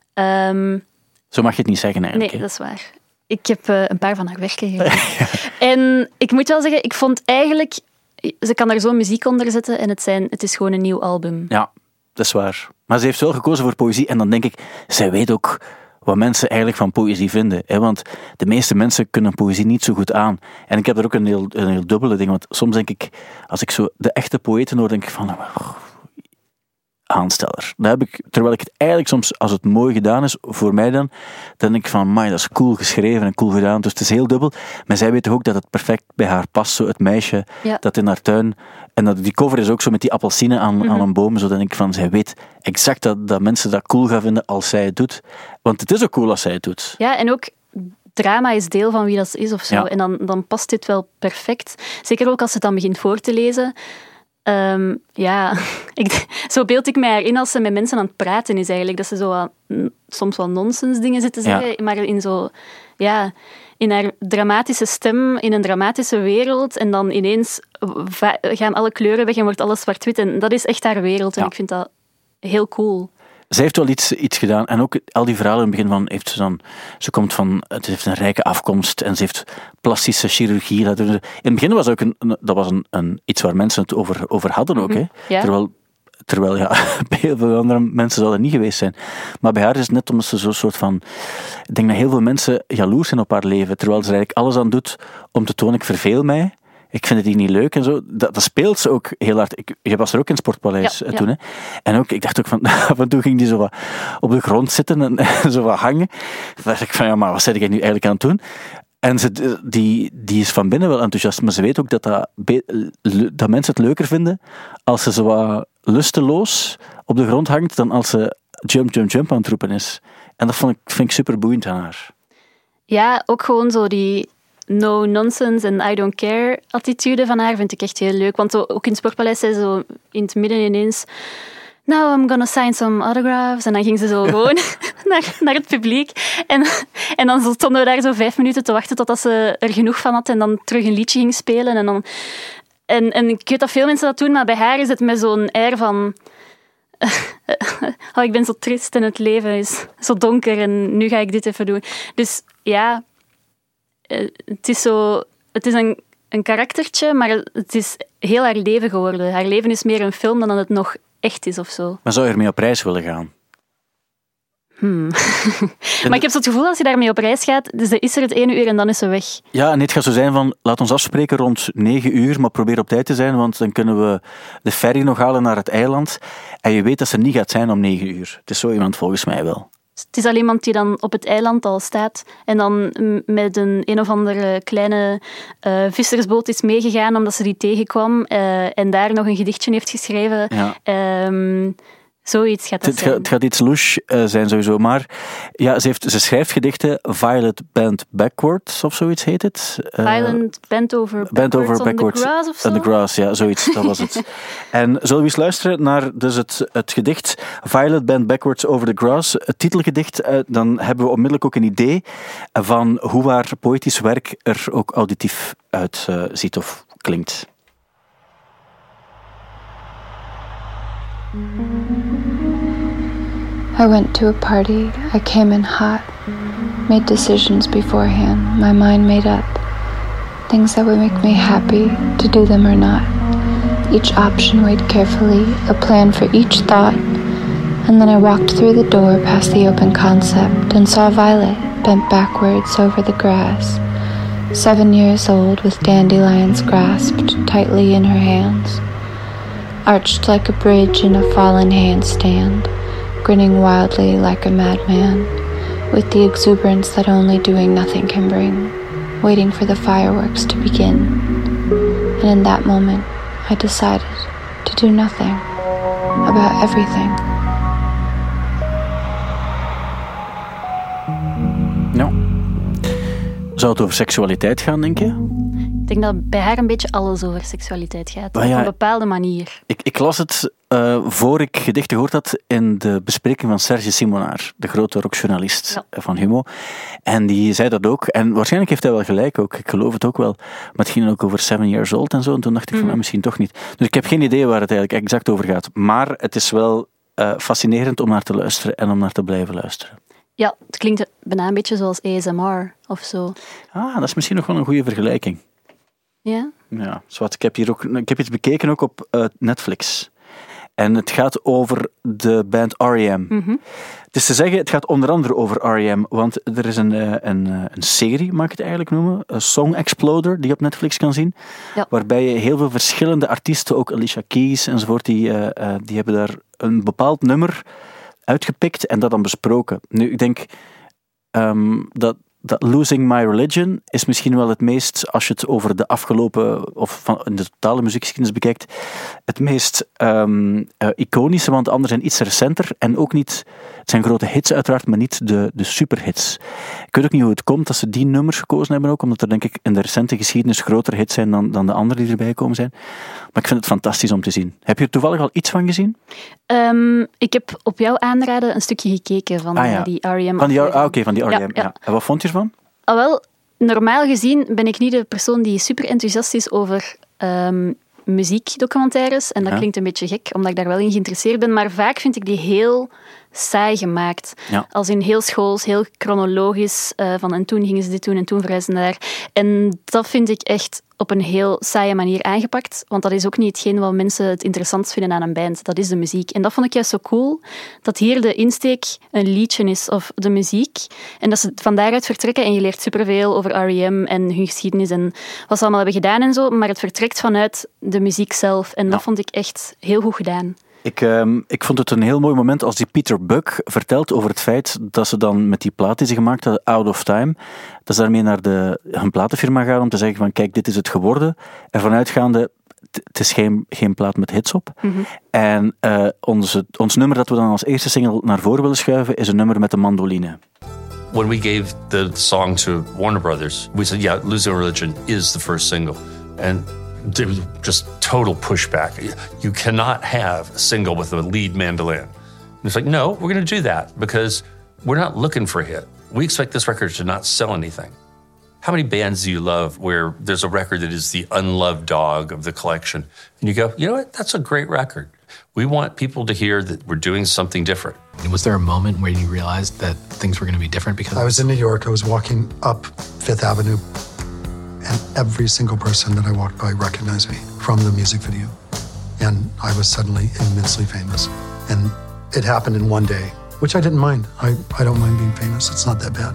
Zo mag je het niet zeggen eigenlijk. Nee, dat is waar. Ik heb een paar van haar werken gelezen. En ik moet wel zeggen, ik vond eigenlijk... Ze kan daar zo muziek onder zetten en het is gewoon een nieuw album. Ja, dat is waar. Maar ze heeft wel gekozen voor poëzie en dan denk ik, zij weet ook wat mensen eigenlijk van poëzie vinden. Hè? Want de meeste mensen kunnen poëzie niet zo goed aan. En ik heb daar ook een heel dubbele ding, want soms denk ik, als ik zo de echte poëten hoor, denk ik van... aansteller. Dat heb ik, terwijl ik het eigenlijk soms, als het mooi gedaan is, voor mij dan denk ik van, dat is cool geschreven en cool gedaan. Dus het is heel dubbel. Maar zij weet toch ook dat het perfect bij haar past, zo het meisje dat in haar tuin... En die cover is ook zo met die appelsine aan een boom. Zo denk ik van, zij weet exact dat mensen dat cool gaan vinden als zij het doet. Want het is ook cool als zij het doet. Ja, en ook... Drama is deel van wie dat is of zo. Ja. En dan past dit wel perfect. Zeker ook als ze het dan begint voor te lezen... Zo beeld ik mij erin als ze met mensen aan het praten is eigenlijk. Dat ze zo soms wel nonsens dingen zitten zeggen, maar in zo... Ja, in haar dramatische stem, in een dramatische wereld. En dan ineens gaan alle kleuren weg en wordt alles zwart-wit. En dat is echt haar wereld. En ik vind dat heel cool. Zij heeft wel iets gedaan. En ook al die verhalen in het begin van... Ze komt van... Het heeft een rijke afkomst. En ze heeft plastische chirurgie laten doen. In het begin was ook iets waar mensen het over hadden ook. Hè? Ja. Terwijl bij heel veel andere mensen zou dat niet geweest zijn. Maar bij haar is het net omdat ze zo'n soort van... Ik denk dat heel veel mensen jaloers zijn op haar leven. Terwijl ze er eigenlijk alles aan doet om te tonen, ik verveel mij. Ik vind het hier niet leuk en zo. Dat speelt ze ook heel hard. Je was er ook in het Sportpaleis toen. Hè? En ook, ik dacht ook van... Af en toe ging die zo wat op de grond zitten en zo wat hangen. Dan dacht ik van, maar wat zit ik nu eigenlijk aan het doen? En die is van binnen wel enthousiast, maar ze weet ook dat mensen het leuker vinden als ze zo wat lusteloos op de grond hangt dan als ze jump, jump, jump aan het roepen is. En dat vind ik super boeiend aan haar. Ja, ook gewoon zo die no-nonsense en I don't care attitude van haar vind ik echt heel leuk. Want ook in het Sportpaleis zei ze zo in het midden ineens... Now I'm gonna sign some autographs. En dan ging ze zo gewoon naar het publiek. En dan stonden we daar zo 5 minuten te wachten totdat ze er genoeg van had en dan terug een liedje ging spelen. En ik weet dat veel mensen dat doen, maar bij haar is het met zo'n air van... ik ben zo triest en het leven is zo donker en nu ga ik dit even doen. Dus ja, het is een karaktertje, maar het is heel haar leven geworden. Haar leven is meer een film dan dat het nog echt is of zo. Maar zou je ermee op reis willen gaan? Maar ik heb zo het gevoel als je daarmee op reis gaat, dus is er het 1 uur en dan is ze weg. Ja, en het gaat zo zijn van, laat ons afspreken rond 9 uur, maar probeer op tijd te zijn, want dan kunnen we de ferry nog halen naar het eiland. En je weet dat ze niet gaat zijn om 9 uur. Het is zo iemand volgens mij wel. Het is al iemand die dan op het eiland al staat en dan met een of andere kleine vissersboot is meegegaan omdat ze die tegenkwam en daar nog een gedichtje heeft geschreven. Ja. Zoiets gaat dat zijn. Het gaat iets louche zijn sowieso, maar ja, ze schrijft gedichten. Violet Bent Backwards of zoiets heet het. Violet Bent Over Backwards on the Grass of zo. On the Grass, ja, zoiets, dat was het. En zullen we eens luisteren naar dus het gedicht Violet Bent Backwards Over the Grass, het titelgedicht. Dan hebben we onmiddellijk ook een idee van hoe haar poëtisch werk er ook auditief uit ziet of klinkt. I went to a party, I came in hot, made decisions beforehand, my mind made up. Things that would make me happy, to do them or not. Each option weighed carefully, a plan for each thought. And then I walked through the door past the open concept and saw Violet bent backwards over the grass. 7 years old with dandelions grasped tightly in her hands. Arched like a bridge in a fallen handstand. Grinning wildly like a madman, with the exuberance that only doing nothing can bring, waiting for the fireworks to begin. And in that moment, I decided to do nothing about everything. Nou, zou het over seksualiteit gaan, denk je? Ik denk dat bij haar een beetje alles over seksualiteit gaat, op een bepaalde manier. Ik las het voor ik gedichten gehoord had in de bespreking van Serge Simonard, de grote rockjournalist van Humo. En die zei dat ook. En waarschijnlijk heeft hij wel gelijk ook. Ik geloof het ook wel. Maar het ging ook over 7 years old en zo. En toen dacht ik van, misschien toch niet. Dus ik heb geen idee waar het eigenlijk exact over gaat. Maar het is wel fascinerend om naar te luisteren en om naar te blijven luisteren. Ja, het klinkt bijna een beetje zoals ASMR of zo. Ah, dat is misschien nog wel een goede vergelijking. Ja? Ja, zwart. Ik heb iets bekeken ook op Netflix. En het gaat over de band R.E.M. Mm-hmm. Het is te zeggen, het gaat onder andere over R.E.M. Want er is een serie, mag ik het eigenlijk noemen, Song Exploder, die je op Netflix kan zien. Ja. Waarbij je heel veel verschillende artiesten, ook Alicia Keys enzovoort, die hebben daar een bepaald nummer uitgepikt en dat dan besproken. Nu, ik denk dat dat Losing My Religion is misschien wel het meest, als je het over de afgelopen, of van in de totale muziekgeschiedenis bekijkt, het meest iconische, want de anderen zijn iets recenter en ook niet, het zijn grote hits uiteraard, maar niet de superhits. Ik weet ook niet hoe het komt dat ze die nummers gekozen hebben ook, omdat er denk ik in de recente geschiedenis grotere hits zijn dan de anderen die erbij gekomen zijn. Maar ik vind het fantastisch om te zien. Heb je er toevallig al iets van gezien? Ik heb op jouw aanraden een stukje gekeken van die R.E.M. Van die R.E.M. Ja. En wat vond je ervan? Wel, normaal gezien ben ik niet de persoon die super enthousiast is over muziekdocumentaires. En dat klinkt een beetje gek, omdat ik daar wel in geïnteresseerd ben. Maar vaak vind ik die heel saai gemaakt. Ja. Als in heel schools, heel chronologisch. Van en toen gingen ze dit doen en toen verhuisden daar. En dat vind ik echt op een heel saaie manier aangepakt. Want dat is ook niet hetgeen wat mensen het interessantst vinden aan een band. Dat is de muziek. En dat vond ik juist zo cool. Dat hier de insteek een liedje is, of de muziek. En dat ze van daaruit vertrekken. En je leert superveel over R.E.M. en hun geschiedenis en wat ze allemaal hebben gedaan en zo. Maar het vertrekt vanuit de muziek zelf. En dat vond ik echt heel goed gedaan. Ik vond het een heel mooi moment als die Peter Buck vertelt over het feit dat ze dan met die plaat die ze gemaakt hadden, Out of Time, dat ze daarmee naar hun platenfirma gaan om te zeggen van kijk, dit is het geworden. En vanuitgaande, het is geen plaat met hits op. Mm-hmm. En ons nummer dat we dan als eerste single naar voren willen schuiven is een nummer met de mandoline. When we gave the song to Warner Brothers, we said, yeah, Losing Religion is the first single. And there was just total pushback. You cannot have a single with a lead mandolin. And it's like, no, we're going to do that because we're not looking for a hit. We expect this record to not sell anything. How many bands do you love where there's a record that is the unloved dog of the collection? And you go, you know what? That's a great record. We want people to hear that we're doing something different. Was there a moment where you realized that things were going to be different? Because I was in New York. I was walking up Fifth Avenue. And every single person that I walked by recognized me from the music video. And I was suddenly immensely famous. And it happened in one day, which I didn't mind. I don't mind being famous. It's not that bad,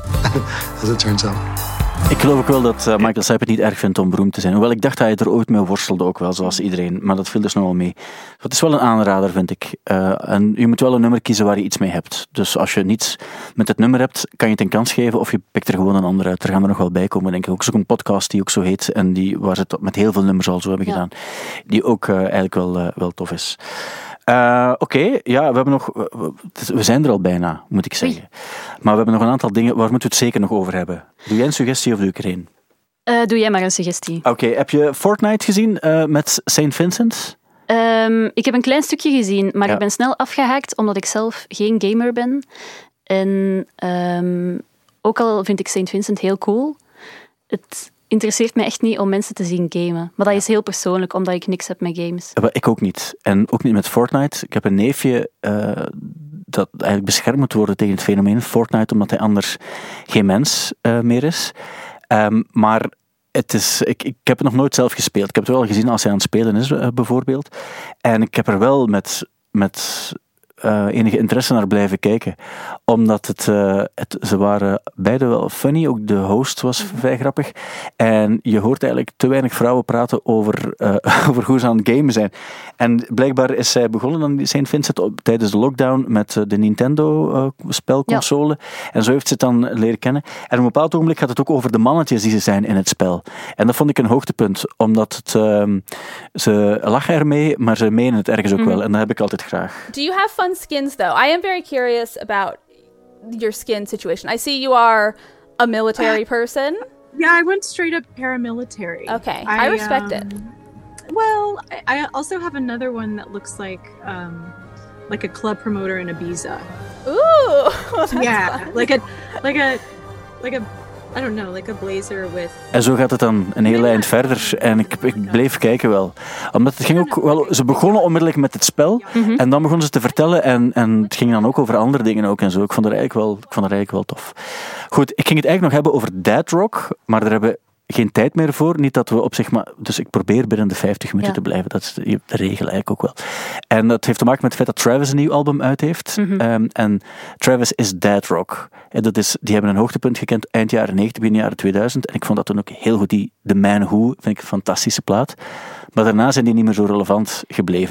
as it turns out. Ik geloof ook wel dat Michael Stipe het niet erg vindt om beroemd te zijn. Hoewel ik dacht dat hij er ooit mee worstelde ook wel, zoals iedereen. Maar dat viel dus nogal mee. Het is wel een aanrader, vind ik. En je moet wel een nummer kiezen waar je iets mee hebt. Dus als je niets met het nummer hebt, kan je het een kans geven of je pikt er gewoon een ander uit. Er gaan er nog wel bij komen, denk ik. Ook zo'n podcast die ook zo heet en waar ze het met heel veel nummers al zo hebben gedaan. Die ook eigenlijk wel tof is. Oké, ja, we hebben nog. We zijn er al bijna, moet ik zeggen. Oei. Maar we hebben nog een aantal dingen waar moeten we het zeker nog over hebben. Doe jij een suggestie of doe ik er een? Doe jij maar een suggestie. Oké, heb je Fortnite gezien met St. Vincent? Ik heb een klein stukje gezien, maar ik ben snel afgehaakt omdat ik zelf geen gamer ben. En ook al vind ik St. Vincent heel cool, het interesseert me echt niet om mensen te zien gamen. Maar dat is heel persoonlijk, omdat ik niks heb met games. Ik ook niet. En ook niet met Fortnite. Ik heb een neefje dat eigenlijk beschermd moet worden tegen het fenomeen Fortnite, omdat hij anders geen mens meer is. Maar het is, ik heb het nog nooit zelf gespeeld. Ik heb het wel gezien als hij aan het spelen is, bijvoorbeeld. En ik heb er wel met enige interesse naar blijven kijken. Omdat ze waren beide wel funny. Ook de host was vrij grappig. En je hoort eigenlijk te weinig vrouwen praten over hoe ze aan het gamen zijn. En blijkbaar is zij begonnen aan St. Vincent tijdens de lockdown met de Nintendo spelconsole. Ja. En zo heeft ze het dan leren kennen. En op een bepaald ogenblik gaat het ook over de mannetjes die ze zijn in het spel. En dat vond ik een hoogtepunt. Omdat ze lachen ermee, maar ze menen het ergens ook wel. En dat heb ik altijd graag. Do you have fun skins, though? I am very curious about your skin situation. I see you are a military person. Yeah, I went straight up paramilitary. Okay, I respect it. Well, I also have another one that looks like a club promoter in Ibiza. Ooh, yeah, fun. like a I don't know, like a blazer with... En zo gaat het dan een heel eind verder. En ik bleef kijken wel. Omdat het ging ook wel... Ze begonnen onmiddellijk met het spel. Mm-hmm. En dan begonnen ze te vertellen. En het ging dan ook over andere dingen ook en zo. Ik vond het eigenlijk wel tof. Goed, ik ging het eigenlijk nog hebben over Dead Rock. Maar daar hebben we geen tijd meer voor. Niet dat we op zich maar... Dus ik probeer binnen de 50 minuten te blijven. Dat is de regel eigenlijk ook wel. En dat heeft te maken met het feit dat Travis een nieuw album uit heeft. Mm-hmm. En Travis is Dead Rock. En die hebben een hoogtepunt gekend eind jaren 90, begin jaren 2000. En ik vond dat toen ook heel goed. The Man Who vind ik een fantastische plaat. Maar daarna zijn die niet meer zo relevant gebleven.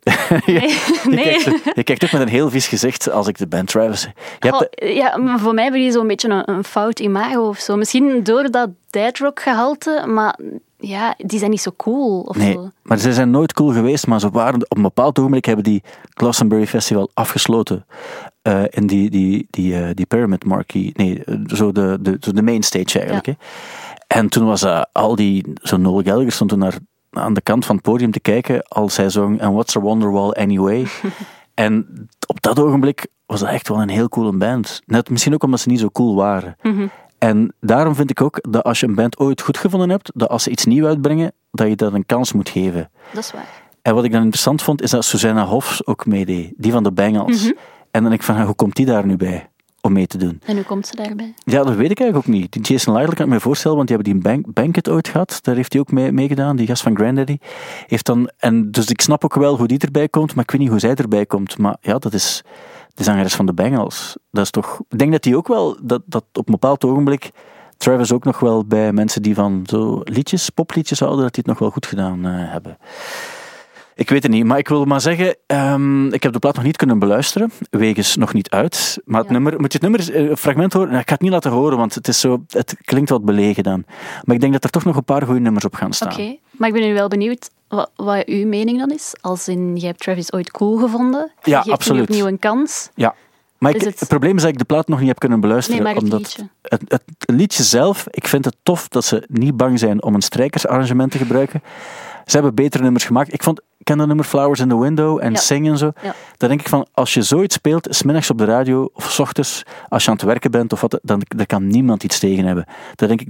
Je kijkt ook met een heel vies gezicht als ik de band Travis... Ja, maar voor mij hebben die zo'n beetje een fout imago of zo. Misschien door dat deadrock gehalte, maar ja, die zijn niet zo cool of zo. Maar ze zijn nooit cool geweest, maar ze waren op een bepaald ogenblik hebben die Glastonbury Festival afgesloten in die Pyramid Marquee. Nee, zo de main stage eigenlijk. Ja. Hè. En toen was zo'n Noel Gallagher stond toen aan de kant van het podium te kijken als hij zong And What's a Wonderwall Anyway. En op dat ogenblik was dat echt wel een heel coole band. Net misschien ook omdat ze niet zo cool waren. Mm-hmm. En daarom vind ik ook dat als je een band ooit goed gevonden hebt, dat als ze iets nieuws uitbrengen, dat je dat een kans moet geven. Dat is waar. En wat ik dan interessant vond, is dat Susanna Hoffs ook meedeed. Die van de Bangles. Mm-hmm. En dan denk ik van, hoe komt die daar nu bij? Om mee te doen. En hoe komt ze daarbij? Ja, dat weet ik eigenlijk ook niet. Die Jason Lytle kan ik me voorstellen, want die hebben die Banquet ooit gehad. Daar heeft hij ook mee gedaan, die gast van Grandaddy. Dus ik snap ook wel hoe die erbij komt, maar ik weet niet hoe zij erbij komt. Maar ja, dat is de zangeres van de Bangles. Dat is toch... Ik denk dat die ook wel, dat op een bepaald ogenblik, Travis ook nog wel bij mensen die van zo popliedjes houden, dat die het nog wel goed gedaan hebben. Ik weet het niet, maar ik wil maar zeggen, ik heb de plaat nog niet kunnen beluisteren, wegens nog niet uit. Maar het nummer, moet je het nummer, een fragment horen? Nou, ik ga het niet laten horen, want het klinkt wat belegen dan. Maar ik denk dat er toch nog een paar goede nummers op gaan staan. Oké, maar ik ben nu wel benieuwd wat uw mening dan is. Als in, jij hebt Travis ooit cool gevonden. Ja, je absoluut. geeft opnieuw een kans. Ja. Maar het probleem is dat ik de plaat nog niet heb kunnen beluisteren. Nee, maar omdat het liedje zelf, ik vind het tof dat ze niet bang zijn om een strijkersarrangement te gebruiken. Ze hebben betere nummers gemaakt. Ik ken dat nummer Flowers in the Window en Sing en zo. Ja. Dan denk ik van, als je zoiets speelt, 's middags op de radio of 's ochtends, als je aan het werken bent of wat, dan kan niemand iets tegen hebben. Dan denk ik,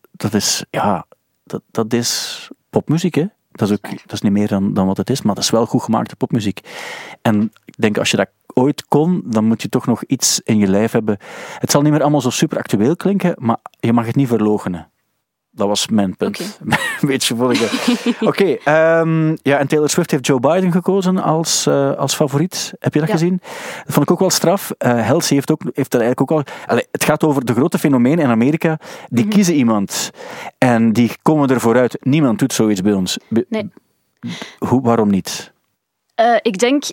dat is popmuziek, hè. Dat is niet meer dan wat het is, maar dat is wel goed gemaakte popmuziek. En ik denk, als je dat ooit kon, dan moet je toch nog iets in je lijf hebben. Het zal niet meer allemaal zo super actueel klinken, maar je mag het niet verloochenen. Dat was mijn punt. Okay. Weet je, vond ik. Oké, en Taylor Swift heeft Joe Biden gekozen als favoriet. Heb je dat gezien? Dat vond ik ook wel straf. Halsey heeft dat eigenlijk ook al... het gaat over de grote fenomenen in Amerika. Die kiezen iemand. En die komen er vooruit. Niemand doet zoiets bij ons. Nee. Waarom niet? Ik denk,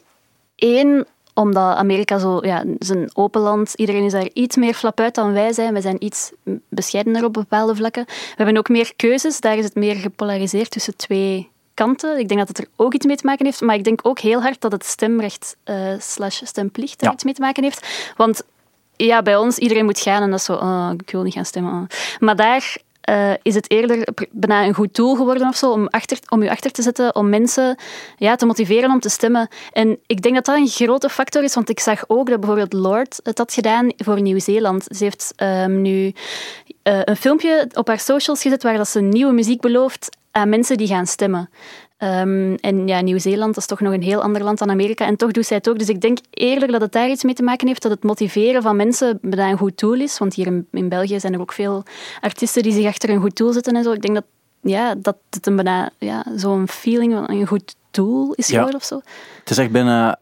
omdat Amerika zo, is een open land. Iedereen is daar iets meer flapuit dan wij zijn. Wij zijn iets bescheidener op bepaalde vlakken. We hebben ook meer keuzes. Daar is het meer gepolariseerd tussen twee kanten. Ik denk dat het er ook iets mee te maken heeft. Maar ik denk ook heel hard dat het stemrecht / stemplicht er iets mee te maken heeft. Want bij ons, iedereen moet gaan en dat is zo, ik wil niet gaan stemmen. Maar daar... is het eerder bijna een goed tool geworden of zo, om je achter te zetten, om mensen te motiveren om te stemmen. En ik denk dat dat een grote factor is, want ik zag ook dat bijvoorbeeld Lorde het had gedaan voor Nieuw-Zeeland. Ze heeft nu een filmpje op haar socials gezet waar dat ze nieuwe muziek belooft aan mensen die gaan stemmen. En Nieuw-Zeeland is toch nog een heel ander land dan Amerika en toch doet zij het ook. Dus ik denk eerder dat het daar iets mee te maken heeft, dat het motiveren van mensen bijna een goed tool is. Want hier in België zijn er ook veel artiesten die zich achter een goed tool zetten en zo. Ik denk dat het een bijna zo'n feeling van een goed tool is geworden of zo. Het is echt bijna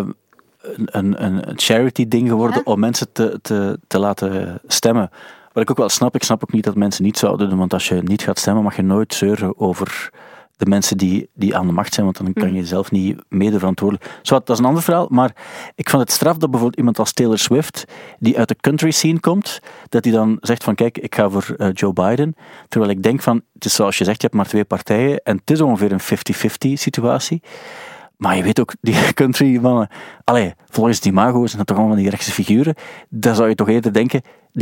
een charity-ding geworden om mensen te laten stemmen. Wat ik ook wel snap, ik snap ook niet dat mensen niet zouden doen, want als je niet gaat stemmen mag je nooit zeuren over de mensen die aan de macht zijn, want dan kan je jezelf niet mede verantwoordelijk. Dat is een ander verhaal, maar ik vond het straf dat bijvoorbeeld iemand als Taylor Swift, die uit de country scene komt, dat die dan zegt van kijk, ik ga voor Joe Biden, terwijl ik denk van, het is zoals je zegt, je hebt maar 2 partijen en het is ongeveer een 50-50 situatie. Maar je weet ook, die country mannen, volgens die imago zijn dat toch allemaal die rechtse figuren, daar zou je toch eerder denken,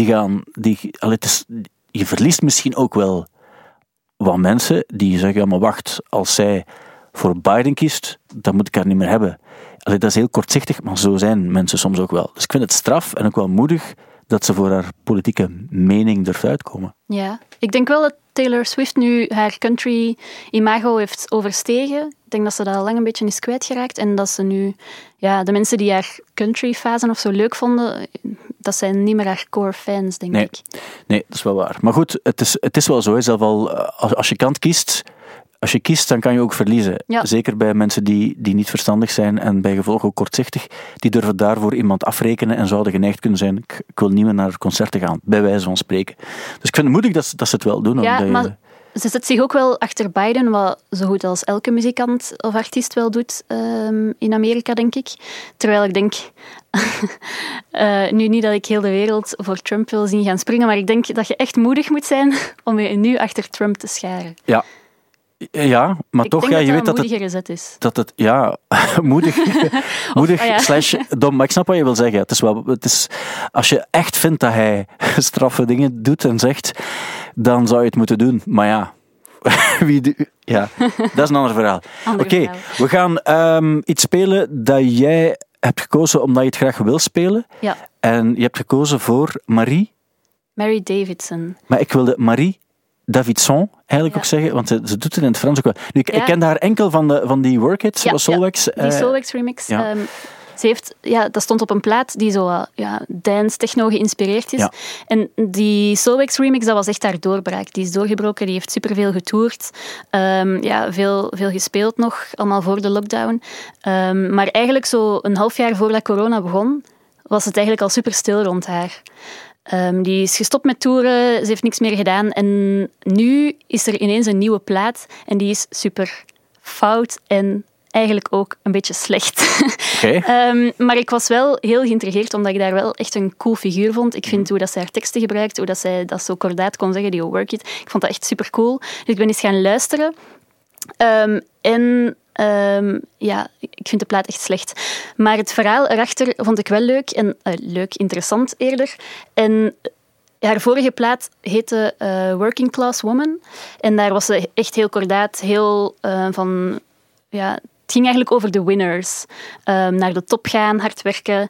je verliest misschien ook wel wat mensen die zeggen, maar wacht, als zij voor Biden kiest, dan moet ik haar niet meer hebben. Dat is heel kortzichtig, maar zo zijn mensen soms ook wel. Dus ik vind het straf en ook wel moedig dat ze voor haar politieke mening durft uitkomen. Ja, ik denk wel dat Taylor Swift nu haar country imago heeft overstegen. Ik denk dat ze dat al lang een beetje is kwijtgeraakt en dat ze nu, de mensen die haar country fase of zo leuk vonden, dat zijn niet meer haar core fans, denk ik. Nee, dat is wel waar. Maar goed, het is wel zo, zelf al, als je kant kiest, dan kan je ook verliezen. Ja. Zeker bij mensen die niet verstandig zijn en bij gevolg ook kortzichtig. Die durven daarvoor iemand afrekenen en zouden geneigd kunnen zijn, ik wil niet meer naar concerten gaan, bij wijze van spreken. Dus ik vind het moedig dat ze het wel doen. Ja, maar ze zet zich ook wel achter Biden, wat zo goed als elke muzikant of artiest wel doet in Amerika, denk ik. Terwijl ik denk, nu niet dat ik heel de wereld voor Trump wil zien gaan springen, maar ik denk dat je echt moedig moet zijn om je nu achter Trump te scharen. Ja, maar ik toch, denk ja, dat je weet een dat moedigere zet is. Moedig / dom, maar ik snap wat je wil zeggen. Het is, als je echt vindt dat hij straffe dingen doet en zegt, dan zou je het moeten doen. Maar ja, dat is een ander verhaal. Oké, we gaan iets spelen dat jij hebt gekozen omdat je het graag wil spelen. Ja. En je hebt gekozen voor Mary Davidson. Maar ik wilde Marie Davidson eigenlijk ook zeggen, want ze doet het in het Frans ook wel. Nu, ik kende haar enkel van die Work It, Soulwax. Die Soulwax remix. Ja. Ze heeft, dat stond op een plaat die zo dance, techno geïnspireerd is. Ja. En die Soulwax remix, dat was echt haar doorbraak. Die is doorgebroken, die heeft superveel getoerd. Veel gespeeld nog, allemaal voor de lockdown. Maar eigenlijk zo een half jaar voordat corona begon, was het eigenlijk al super stil rond haar. Die is gestopt met toeren, ze heeft niks meer gedaan. En nu is er ineens een nieuwe plaat en die is super fout en eigenlijk ook een beetje slecht. Okay. Maar ik was wel heel geïntrigeerd, omdat ik daar wel echt een cool figuur vond. Ik vind hoe dat zij haar teksten gebruikt, hoe dat zij dat zo kordaat kon zeggen, die Work It. Ik vond dat echt super cool. Dus ik ben eens gaan luisteren. Ik vind de plaat echt slecht. Maar het verhaal erachter vond ik wel leuk. En interessant eerder. En haar vorige plaat heette Working Class Woman. En daar was ze echt heel kordaat, heel het ging eigenlijk over de winners. Naar de top gaan, hard werken.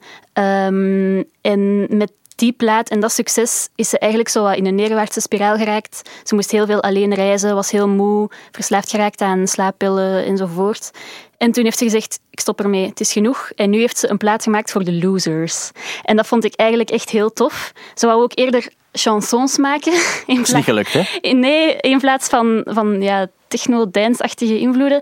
En met die plaat en dat succes is ze eigenlijk zo in een neerwaartse spiraal geraakt. Ze moest heel veel alleen reizen, was heel moe, verslaafd geraakt aan slaappillen enzovoort. En toen heeft ze gezegd, ik stop ermee, het is genoeg. En nu heeft ze een plaat gemaakt voor de losers. En dat vond ik eigenlijk echt heel tof. Ze wou ook eerder chansons maken. Dat is niet gelukt, hè? Nee, in plaats van techno-dance-achtige invloeden.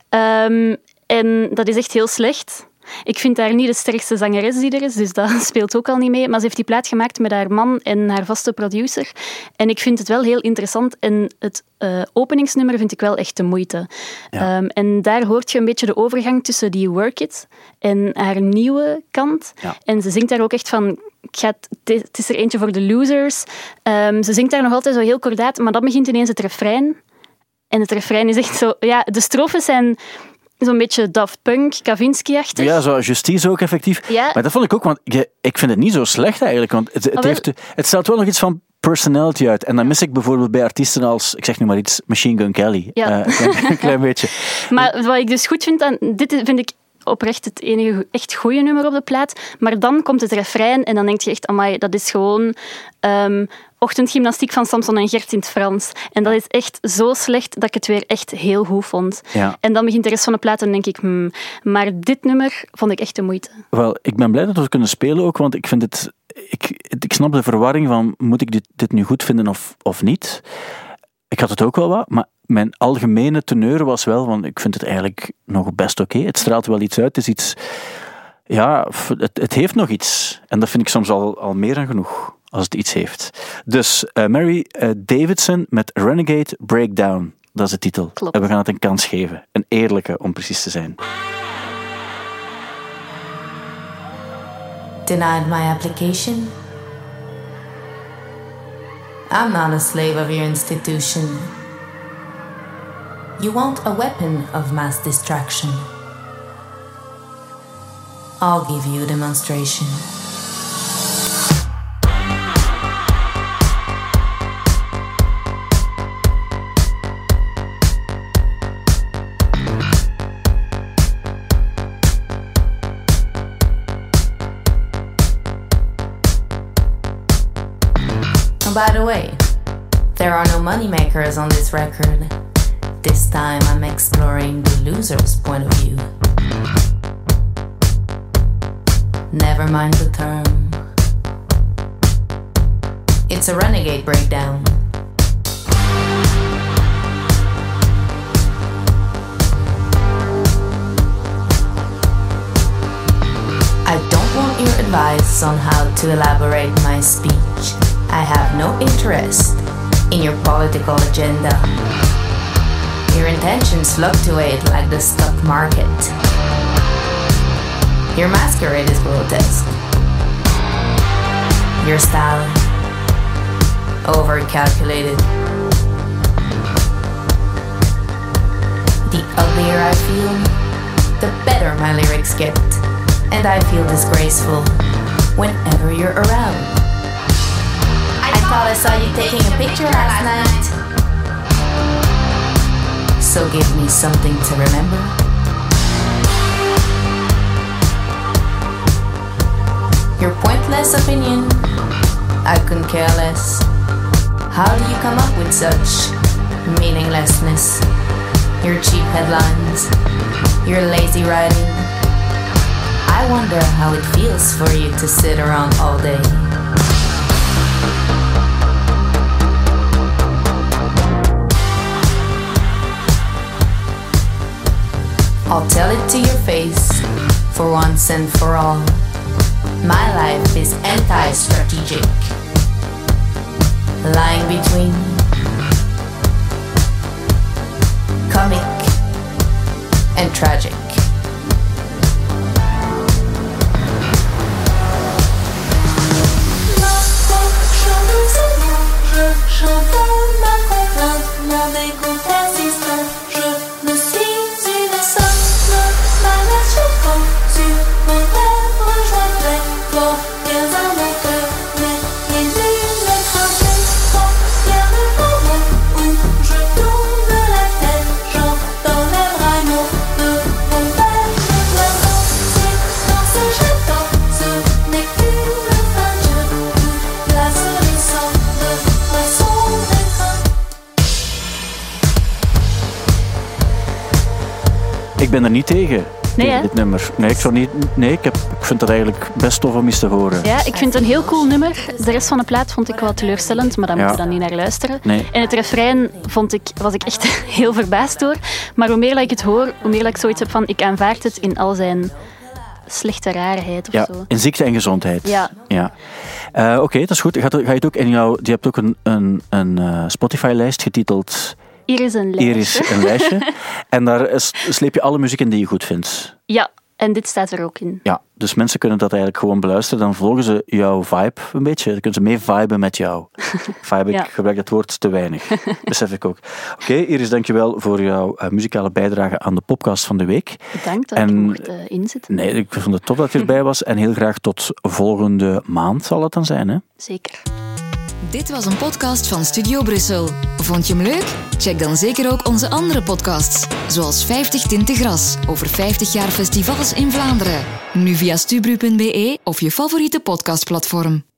En dat is echt heel slecht. Ik vind haar niet de sterkste zangeres die er is, dus dat speelt ook al niet mee. Maar ze heeft die plaat gemaakt met haar man en haar vaste producer. En ik vind het wel heel interessant. En het openingsnummer vind ik wel echt de moeite. Ja. En daar hoort je een beetje de overgang tussen die Work It en haar nieuwe kant. Ja. En ze zingt daar ook echt van... Het is er eentje voor de losers. Ze zingt daar nog altijd zo heel kordaat, maar dan begint ineens het refrein. En het refrein is echt zo... Ja, de strofes zijn... Zo'n beetje Daft Punk, Kavinsky-achtig. Ja, zo Justice ook effectief. Ja. Maar dat vond ik ook, want ik vind het niet zo slecht eigenlijk. Want het stelt wel nog iets van personality uit. En dan mis ik bijvoorbeeld bij artiesten als, ik zeg nu maar iets, Machine Gun Kelly. Ja. Een klein beetje. Maar wat ik dus goed vind aan... Dit vind ik oprecht het enige echt goede nummer op de plaat. Maar dan komt het refrein en dan denk je echt, amai, dat is gewoon... ochtendgymnastiek van Samson en Gert in het Frans. En dat is echt zo slecht dat ik het weer echt heel goed vond. Ja. En dan begint de rest van de plaat en denk ik... Maar dit nummer vond ik echt de moeite. Wel, ik ben blij dat we het kunnen spelen ook, want ik vind het... Ik snap de verwarring van, moet ik dit nu goed vinden of niet? Ik had het ook wel wat, maar mijn algemene teneur was wel van, ik vind het eigenlijk nog best oké. Het straalt wel iets uit, het is iets... Ja, het heeft nog iets. En dat vind ik soms al meer dan genoeg. Als het iets heeft. Dus Mary Davidson met Renegade Breakdown. Dat is de titel. Klopt. En we gaan het een kans geven. Een eerlijke, om precies te zijn. Denied my application. I'm not a slave of your institution. You want a weapon of mass distraction. I'll give you a demonstration. By the way, there are no moneymakers on this record. This time I'm exploring the loser's point of view. Never mind the term. It's a renegade breakdown. I don't want your advice on how to elaborate my speech. I have no interest in your political agenda. Your intentions fluctuate like the stock market. Your masquerade is grotesque. Your style, overcalculated. The uglier I feel, the better my lyrics get. And I feel disgraceful whenever you're around. I thought I saw you taking a picture last night. So give me something to remember. Your pointless opinion, I couldn't care less. How do you come up with such meaninglessness? Your cheap headlines, your lazy writing. I wonder how it feels for you to sit around all day. I'll tell it to your face, for once and for all. My life is anti-strategic, lying between comic and tragic. Ik ben er niet tegen. Nee, hè? Dit nummer. Nee, ik vind het eigenlijk best tof om eens te horen. Ja, ik vind het een heel cool nummer. De rest van de plaat vond ik wel teleurstellend, maar daar moeten we dan niet naar luisteren. Nee. En het refrein was ik echt heel verbaasd door. Maar hoe meer dat ik het hoor, hoe meer dat ik zoiets heb van ik aanvaard het in al zijn slechte rarheid of zo. In ziekte en gezondheid. Ja. Oké, dat is goed. Ga je het ook je hebt ook een Spotify-lijst getiteld Hier is een lijstje. En daar sleep je alle muziek in die je goed vindt. Ja, en dit staat er ook in. Ja, dus mensen kunnen dat eigenlijk gewoon beluisteren. Dan volgen ze jouw vibe een beetje. Dan kunnen ze mee viben met jou. Vibe, ik gebruik dat woord te weinig. Besef ik ook. Oké, Iris, dankjewel voor jouw muzikale bijdrage aan de podcast van de week. Bedankt dat ik mocht inzitten. Nee, ik vond het top dat je erbij was. En heel graag tot volgende maand zal het dan zijn, hè? Zeker. Dit was een podcast van Studio Brussel. Vond je hem leuk? Check dan zeker ook onze andere podcasts, zoals 50 Tinten Gras, over 50 jaar festivals in Vlaanderen. Nu via stubru.be of je favoriete podcastplatform.